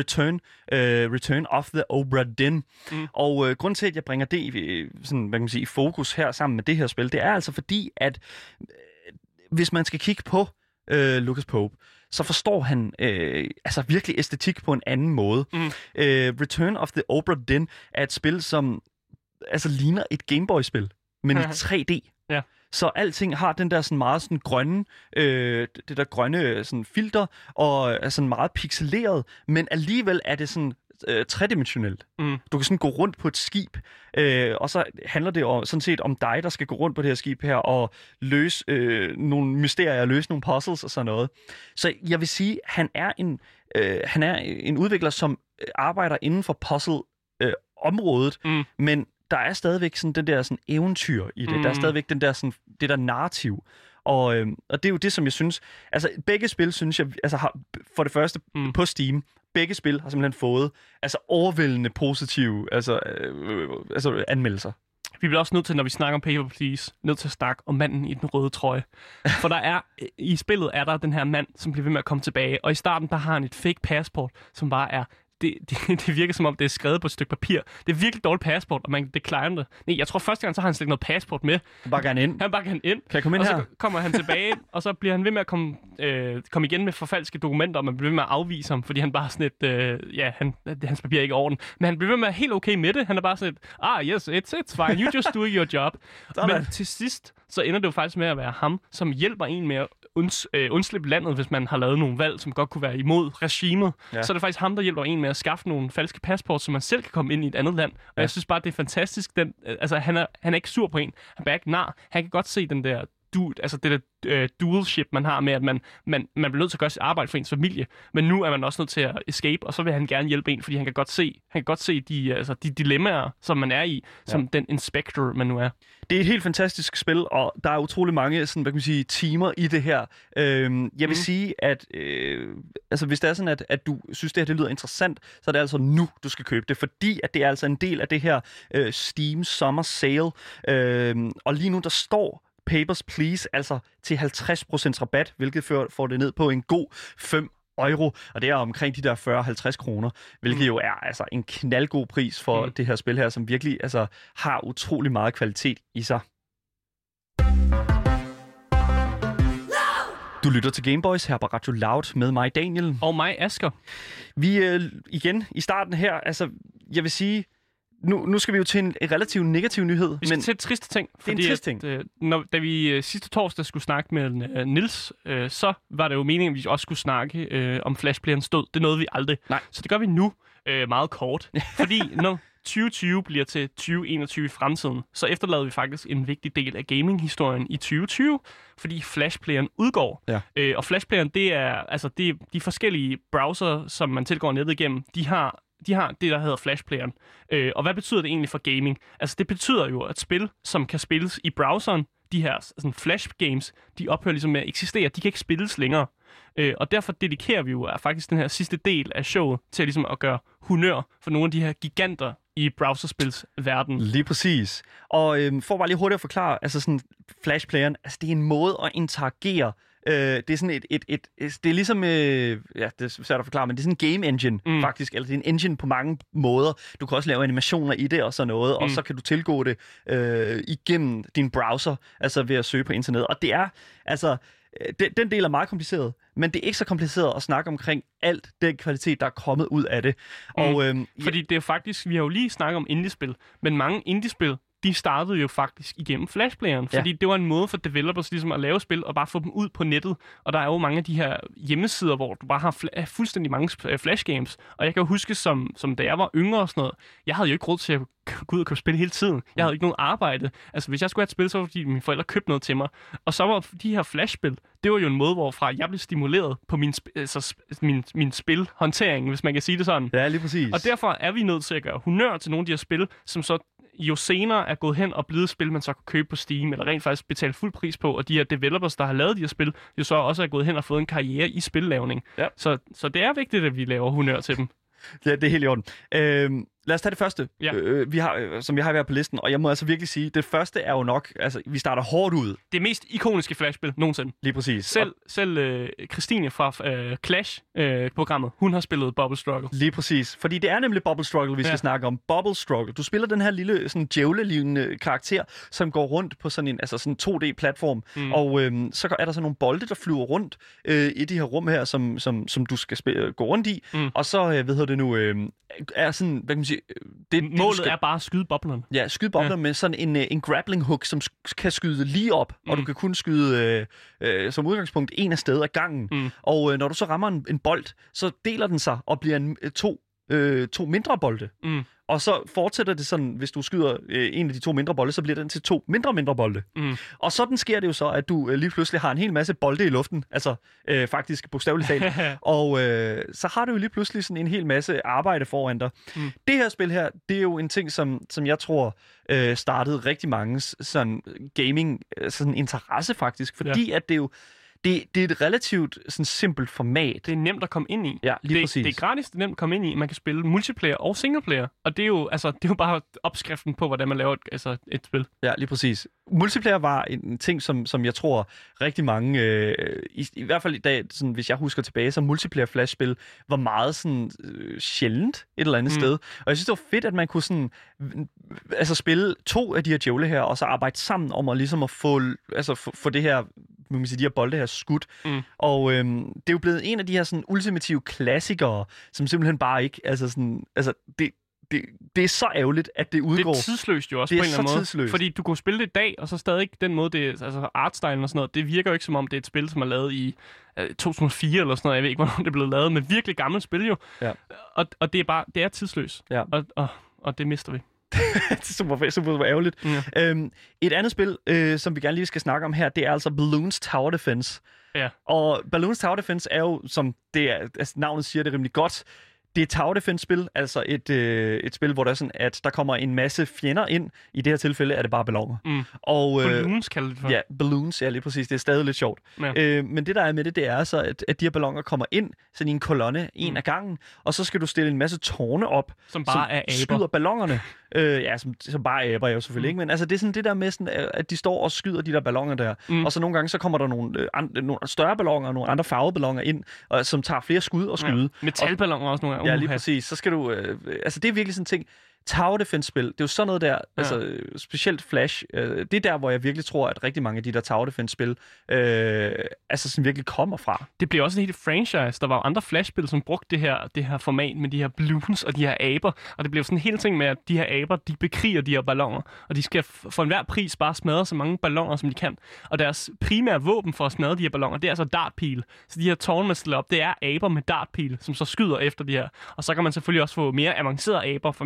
Return of the Obra Dinn. Og grunden til, at jeg bringer det i fokus her sammen med det her spil, det er altså fordi, at hvis man skal kigge på Lucas Pope, så forstår han virkelig æstetik på en anden måde. Return of the Obra Dinn er et spil, som ligner et Gameboy-spil, men i 3D. Ja. Så alting har den der sådan meget sådan grønne, det der grønne sådan filter, og er sådan meget pixeleret, men alligevel er det sådan tredimensionelt. Du kan sådan gå rundt på et skib, og så handler det sådan set om dig, der skal gå rundt på det her skib her, og løse nogle mysterier, løse nogle puzzles og sådan noget. Så jeg vil sige, han er en udvikler, som arbejder inden for puzzle-området, men der er stadigvæk sådan den der sådan eventyr i det. Der er stadigvæk den der sådan, det der narrativ. Og det er jo det, som jeg synes... begge spil, synes jeg, har for det første på Steam, begge spil har simpelthen fået overvældende positive anmeldelser. Vi bliver også nødt til, når vi snakker om Paper Please, nødt til at snakke om manden i den røde trøje. For i spillet er der den her mand, som bliver ved med at komme tilbage, og i starten der har han et fake passport, som bare er... Det virker som om, det er skrevet på et stykke papir. Det er virkelig dårligt passport, og man kan decline det. Nej, jeg tror første gang, så har han slet ikke noget passport med. Han bare gerne ind. Han bare gerne ind. Kan jeg komme ind her? Og så kommer han tilbage, og så bliver han ved med at komme igen med forfalske dokumenter, og man bliver ved med at afvise ham, fordi han bare sådan hans papir er ikke i orden. Men han bliver ved med at helt okay med det. Han er bare sådan yes, it's fine, you just do your job. Men til sidst, så ender det jo faktisk med at være ham, som hjælper en med at undslippe landet, hvis man har lavet nogle valg, som godt kunne være imod regimet. Ja. Så er det faktisk ham, der hjælper en med at skaffe nogle falske passport, så man selv kan komme ind i et andet land. Og jeg synes bare, det er fantastisk. Han er ikke sur på en. Han er ikke nar. Han kan godt se den der dualship, man har med, at man bliver nødt til at gøre sit arbejde for ens familie, men nu er man også nødt til at escape, og så vil han gerne hjælpe en, fordi han kan godt se de dilemmaer, som man er i, som den inspector, man nu er. Det er et helt fantastisk spil, og der er utrolig mange timer i det her. Jeg vil sige, at hvis det er sådan, at du synes, det her lyder interessant, så er det altså nu, du skal købe det, fordi at det er altså en del af det her Steam Summer Sale. Og lige nu, der står Papers, Please, altså til 50% rabat, hvilket får det ned på en god 5 euro, og det er omkring de der 40-50 kroner, hvilket jo er en knaldgod pris for det her spil her, som virkelig har utrolig meget kvalitet i sig. Du lytter til Gameboys her på Radio Loud med mig, Daniel. Og mig, Asger. Vi igen i starten her, jeg vil sige, nu skal vi jo til en relativt negativ nyhed. Vi skal til et triste ting. Det er en trist ting. Da vi sidste torsdag skulle snakke med Nils, så var det jo meningen, at vi også skulle snakke om Flashplayerens død. Det nåede vi aldrig. Nej. Så det gør vi nu meget kort. Fordi 2020 bliver til 2021 i fremtiden, så efterlader vi faktisk en vigtig del af gaming-historien i 2020, fordi Flashplayeren udgår. Ja. Og Flashplayeren, det er de forskellige browser, som man tilgår nettet igennem, de har det, der hedder Flashplayeren. Og hvad betyder det egentlig for gaming? Altså, det betyder jo, at spil, som kan spilles i browseren, de her sådan flash games, de ophører ligesom med at eksistere. De kan ikke spilles længere. Og derfor dedikerer vi jo faktisk den her sidste del af showet til ligesom at gøre honør for nogle af de her giganter i browserspilsverdenen. Lige præcis. Og for bare lige hurtigt at forklare, altså sådan Flashplayeren, altså det er en måde at interagere. Det er sådan det er ligesom, det er svært at forklare, men det er sådan en game engine faktisk, eller det er en engine på mange måder. Du kan også lave animationer i det og sådan noget, og så kan du tilgå det igennem din browser, altså ved at søge på internet. Og det er, altså, den del er meget kompliceret, men det er ikke så kompliceret at snakke omkring alt den kvalitet, der er kommet ud af det. Og, fordi det er faktisk, vi har jo lige snakket om indiespil, men mange indiespil, de startede jo faktisk igennem Flashplayeren, fordi det var en måde for developers ligesom at lave spil og bare få dem ud på nettet. Og der er jo mange af de her hjemmesider, hvor du bare har fuldstændig mange flashgames. Og jeg kan jo huske, som da jeg var yngre og sådan noget, jeg havde jo ikke råd til at gå ud og købe spil hele tiden. Jeg havde ikke noget arbejde. Altså, hvis jeg skulle have et spil, så var det fordi mine forældre købte noget til mig. Og så var de her flashspil, det var jo en måde, hvorfra jeg blev stimuleret på min spilhåndtering, hvis man kan sige det sådan. Ja, lige præcis. Og derfor er vi nødt til at gøre honør til nogle af de her spil, som så jo senere er gået hen og blevet spil, man så kan købe på Steam, eller rent faktisk betale fuld pris på, og de her developers, der har lavet de her spil, jo så også er gået hen og fået en karriere i spillavning. Ja. Så det er vigtigt, at vi laver honør til dem. Ja, det er helt i orden. Lad os tage det første, som vi har været på listen, og jeg må altså virkelig sige, det første er jo nok, altså vi starter hårdt ud. Det mest ikoniske flashspil nogensinde. Lige præcis. Selv Christine fra Clash-programmet, hun har spillet Bubble Struggle. Lige præcis, fordi det er nemlig Bubble Struggle, vi skal snakke om. Bubble Struggle. Du spiller den her lille sådan djævle-lignende karakter, som går rundt på sådan en 2D-platform, og så er der sådan nogle bolde, der flyver rundt i de her rum her, som du skal gå rundt i, og så, er sådan, hvad kan man sige, målet er bare at skyde boblerne. Ja, skyde boblerne med sådan en grappling hook, som kan skyde lige op, og du kan kun skyde som udgangspunkt en af sted ad gangen. Og når du så rammer en bold, så deler den sig og bliver to mindre bolde. Og så fortsætter det sådan, hvis du skyder en af de 2 mindre bolde, så bliver den til 2 mindre bolde. Og sådan sker det jo så, at du lige pludselig har en hel masse bolde i luften, altså faktisk bogstaveligt talt. Og så har du jo lige pludselig sådan en hel masse arbejde foran dig. Det her spil her, det er jo en ting, som jeg tror startede rigtig mange sådan gaming sådan interesse faktisk, fordi at det jo det er et relativt sådan simpelt format. Det er nemt at komme ind i. Ja, lige præcis. Det er gratis, det er nemt at komme ind i. Man kan spille multiplayer og singleplayer. Og det er jo bare opskriften på, hvordan man laver et spil. Ja, lige præcis. Multiplayer var en ting, som jeg tror rigtig mange, i hvert fald i dag, sådan, hvis jeg husker tilbage, så multiplayer-flashspil var meget sådan, sjældent et eller andet sted. Og jeg synes, det var fedt, at man kunne sådan, spille 2 af de her djævle her, og så arbejde sammen om at ligesom at få det her, man kan sige, de her bolde her skudt. Og det er jo blevet en af de her sådan ultimative klassikere, som simpelthen bare ikke, det er så ærgerligt, at det udgår. Det er tidsløst jo også det på en eller anden måde. Tidsløst. Fordi du kunne spille det i dag, og så stadig ikke den måde, det artstylen og sådan noget, det virker jo ikke som om, det er et spil, som er lavet i 2004 eller sådan noget. Jeg ved ikke, hvornår det er blevet lavet, men virkelig gammelt spil jo. Ja. Og det er tidsløst. Ja. Og det mister vi. Det er super ærgerligt. Ja. Et andet spil, som vi gerne lige skal snakke om her, det er altså Bloons Tower Defense. Ja. Og Bloons Tower Defense er jo, som navnet siger det rimelig godt, det er et Tower Defense-spil, altså et spil, hvor der er sådan, at der kommer en masse fjender ind. I det her tilfælde er det bare balloner. Og, balloons kalder det for. Ja, balloons, ja, lige præcis. Det er stadig lidt sjovt. Ja. Men det, der er med det er så, at de her balloner kommer ind sådan i en kolonne, en af gangen, og så skal du stille en masse tårne op, som bare er aber. Skyder ballonerne. Som bare aber jo selvfølgelig ikke, men altså det er sådan det der med, sådan, at de står og skyder de der balloner der, og så nogle gange så kommer der nogle større balloner og nogle andre farvede balloner ind, som tager flere skud og skyde. Ja. Metalballoner også nogle gange. Ja, lige præcis. Så skal du, det er virkelig sådan en ting. Tower Defense-spil, det er jo sådan noget der, specielt Flash, det er der, hvor jeg virkelig tror, at rigtig mange af de der Tower Defense-spil, sådan virkelig kommer fra. Det bliver også en helt franchise. Der var jo andre Flash-spil, som brugte det her format med de her balloons og de her aber, og det blev sådan en hel ting med, at de her aber, de bekriger de her balloner, og de skal for enhver pris bare smadre så mange balloner, som de kan. Og deres primære våben for at smadre de her balloner, det er altså dartpil. Så de her tårne, man stiller op, det er aber med dartpil, som så skyder efter de her. Og så kan man selvfølgelig også få mere avancerede aber, for man kan for eksempel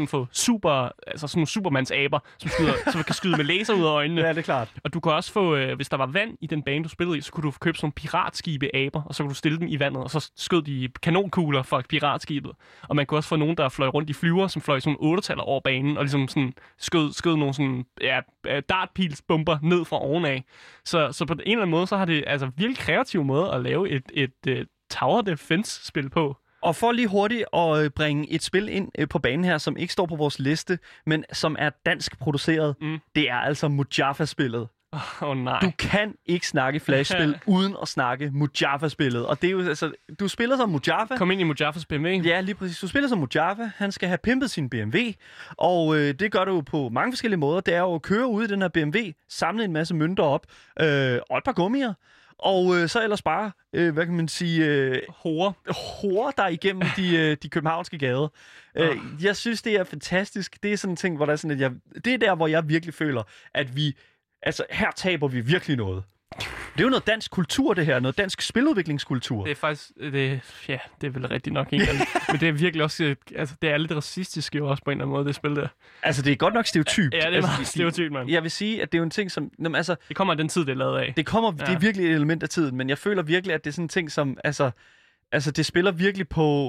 eksempel få sådan nogle supermandsaber, som kan skyde med laser ud af øjnene. Ja, det er klart. Og du kan også få, hvis der var vand i den bane, du spillede i, så kunne du købe sådan nogle piratskibe-aber, og så kunne du stille dem i vandet, og så skød de kanonkugler fra piratskibet. Og man kunne også få nogen, der fløj rundt i flyver, som fløj sådan nogle 8-taller over banen, og ligesom sådan skød nogle sådan, dartpilsbomber ned fra ovenaf. Så på en eller anden måde, så har det altså virkelig kreativ måde at lave et tower defense-spil på. Og for lige hurtigt at bringe et spil ind på banen her, som ikke står på vores liste, men som er dansk produceret, det er altså Mujaffa-spillet. Nej. Du kan ikke snakke Flash-spil uden at snakke Mujaffa-spillet. Og det er jo altså, du spiller som Mujaffa. Kom ind i Mujaffas BMW. Ja, lige præcis. Du spiller som Mujaffa. Han skal have pimpet sin BMW. Og det gør du på mange forskellige måder. Det er jo at køre ud i den her BMW, samle en masse mønter op og et par gummier. Og så ellers bare, hvad kan man sige, hore der igennem de københavnske gader. Jeg synes, det er fantastisk. Det er sådan en ting, hvor der er sådan, at det er der, hvor jeg virkelig føler, at her taber vi virkelig noget. Det er jo noget dansk kultur, det her. Noget dansk spiludviklingskultur. Det er faktisk... det er vel rigtigt nok egentlig. Men det er virkelig også... Altså, det er lidt racistisk jo også på en eller anden måde, det spil der. Altså, det er godt nok stereotypt. Ja, det er meget stereotypt, mand. Jeg vil sige, at det er jo en ting, som... Altså, det kommer af den tid, det er lavet af. Det er virkelig et element af tiden, men jeg føler virkelig, at det er sådan en ting, som... Altså, det spiller virkelig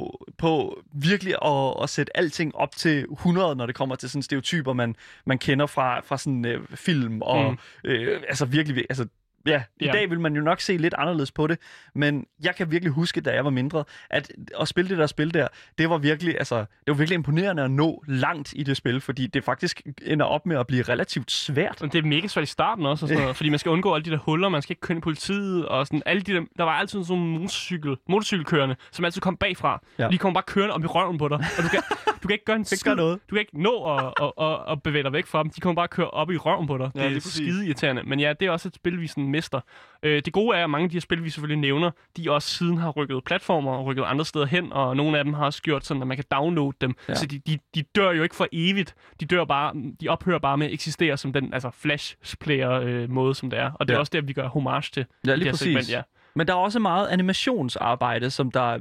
på virkelig at sætte alting op til 100, når det kommer til sådan stereotyper, man kender fra sådan film, og altså virkelig... Altså, ja, i dag vil man jo nok se lidt anderledes på det, men jeg kan virkelig huske, da jeg var mindre, at spille det der spil der, det var virkelig imponerende at nå langt i det spil, fordi det faktisk ender op med at blive relativt svært. Men det er mega svært i starten også, og sådan noget, fordi man skal undgå alle de der huller, man skal ikke køre politiet, og sådan alle de der, der var altid sådan nogle motorcykelkørende, som altid kom bagfra. Ja. De kommer bare kørende op i røven på dig, og du kan ikke gøre en skid. Du kan ikke nå at bevæge dig væk fra dem. De kommer bare køre op i røven på dig. Ja, det er skide irriterende. Men ja, det er også et spil, vi sådan mister. Det gode er, at mange af de her spil, vi selvfølgelig nævner, de også siden har rykket platformer og rykket andre steder hen, og nogle af dem har også gjort sådan, at man kan downloade dem. Ja. Så de dør jo ikke for evigt. De ophører bare med at eksistere som den Flash-player måde, som det er. Og det er også det, vi gør homage til. Ja, lige præcis. Segment, ja. Men der er også meget animationsarbejde, som der,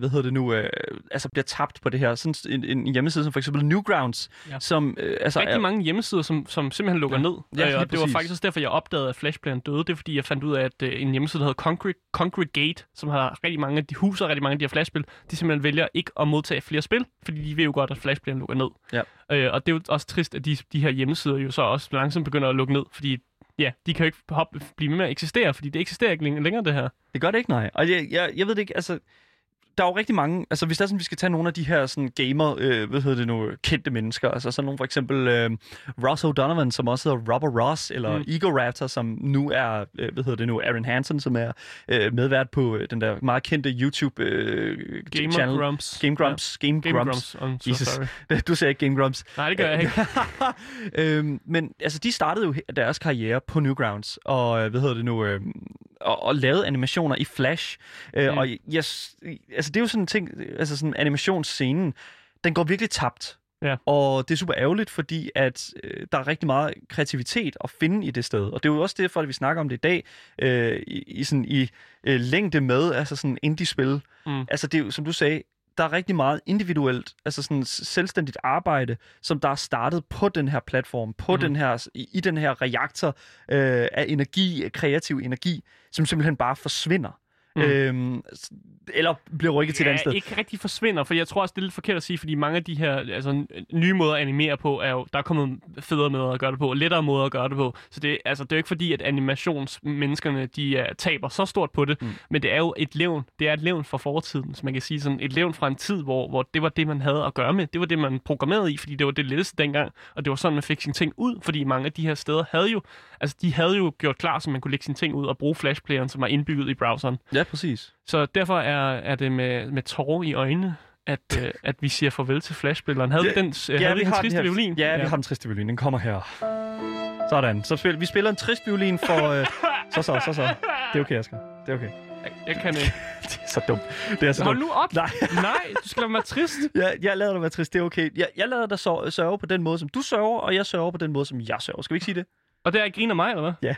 bliver tabt på det her. Sådan en hjemmeside som for eksempel Newgrounds, som... Rigtig mange hjemmesider, som simpelthen lukker ned. Ja, og det var faktisk også derfor, jeg opdagede, at Flashplayeren døde. Det er fordi, jeg fandt ud af, at en hjemmeside, der hedder Congregate, som har rigtig mange af de huser, rigtig mange af de her Flashspil, de simpelthen vælger ikke at modtage flere spil, fordi de ved jo godt, at Flashplayeren lukker ned. Ja. Og det er jo også trist, at de her hjemmesider jo så også langsomt begynder at lukke ned, fordi ja, de kan jo ikke blive med at eksistere, fordi det eksisterer ikke længere, det her. Det gør det ikke, nej. Og jeg ved det ikke, altså... Der er jo rigtig mange, altså hvis der er sådan, vi skal tage nogle af de her sådan gamer, kendte mennesker, altså sådan nogle for eksempel Ross O'Donovan, som også hedder Robber Ross, eller Ego Raptor, som nu er, Aaron Hansen, som er medvært på den der meget kendte YouTube channel. Game Grumps. Game Grumps. Jesus. Du sagde ikke Game Grumps. Nej, det gør jeg ikke. Men altså, de startede jo deres karriere på Newgrounds, og og lavede animationer i Flash. Og altså det er jo sådan en ting, altså sådan animationsscenen, den går virkelig tabt. Ja. Og det er super ærgerligt, fordi at der er rigtig meget kreativitet at finde i det sted. Og det er jo også derfor, at vi snakker om det i dag, i længde med, altså sådan indie-spil. Altså det er jo, som du sagde, der er rigtig meget individuelt, altså sådan selvstændigt arbejde, som der er startet på den her platform, på den her, i den her reaktor af energi, kreativ energi, som simpelthen bare forsvinder. Eller bliver rykket til et andet sted. Ikke rigtig forsvinder, for jeg tror også, det er lidt forkert at sige, fordi mange af de her nye måder at animere på, er jo, der er kommet federe måder at gøre det på, og lettere måder at gøre det på. Så det er jo ikke fordi, at animationsmenneskerne, de taber så stort på det, men det er jo et levn. Det er et levn fra fortiden, så man kan sige sådan et levn fra en tid, hvor det var det, man havde at gøre med. Det var det, man programmerede i, fordi det var det letteste dengang, og det var sådan, man fik sine ting ud, fordi mange af de her steder havde jo gjort klar, så man kunne lægge sine ting ud og bruge Flashplayeren, som var indbygget i browseren. Ja, præcis. Så derfor er det med tårer i øjnene, at vi siger farvel til Flashspilleren. Havde vi den triste violin? Ja, vi har den triste violin. Den kommer her. Sådan. Så vi spiller en trist violin for... Så. Det er okay, Asger. Det er okay. Jeg kan ikke. Det er så dumt. Det er så hold nu op. Nej, du skal være trist. Jeg lader dig være trist. Det er okay. Jeg lader dig sørge på den måde, som du sørger, og jeg sørger på den måde, som jeg sørger. Skal vi ikke sige det? Og det er griner mig, eller hvad? Ja.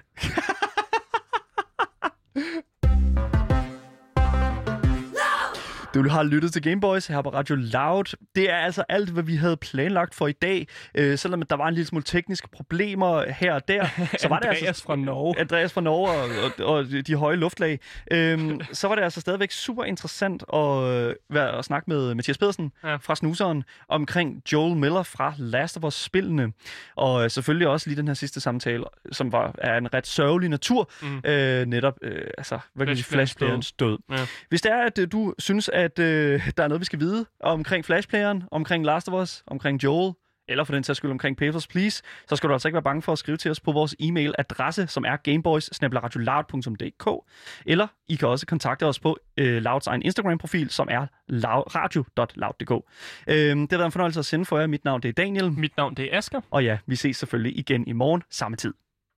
Du har lyttet til Gameboys her på Radio Loud. Det er altså alt, hvad vi havde planlagt for i dag. Selvom der var en lille smule tekniske problemer her og der, så var det altså fra Norge. Andreas fra Norge og de høje luftlag. Så var det altså stadigvæk super interessant at snakke med Mathias Pedersen fra Snuseren omkring Joel Miller fra Last of Us-spillene. Og selvfølgelig også lige den her sidste samtale, som er en ret sørgelig natur. Netop Flashplayerens død. Ja. Hvis det er, at du synes, at der er noget, vi skal vide omkring Flashplayeren, omkring Last of Us, omkring Joel, eller for den sags skyld omkring Papers, Please, så skal du altså ikke være bange for at skrive til os på vores e-mailadresse, som er gameboys@radioloud.dk, eller I kan også kontakte os på Louds egen Instagram-profil, som er radio.loud.dk. Det har været en fornøjelse at sende for jer. Mit navn det er Daniel. Mit navn det er Asger. Og ja, vi ses selvfølgelig igen i morgen samme tid.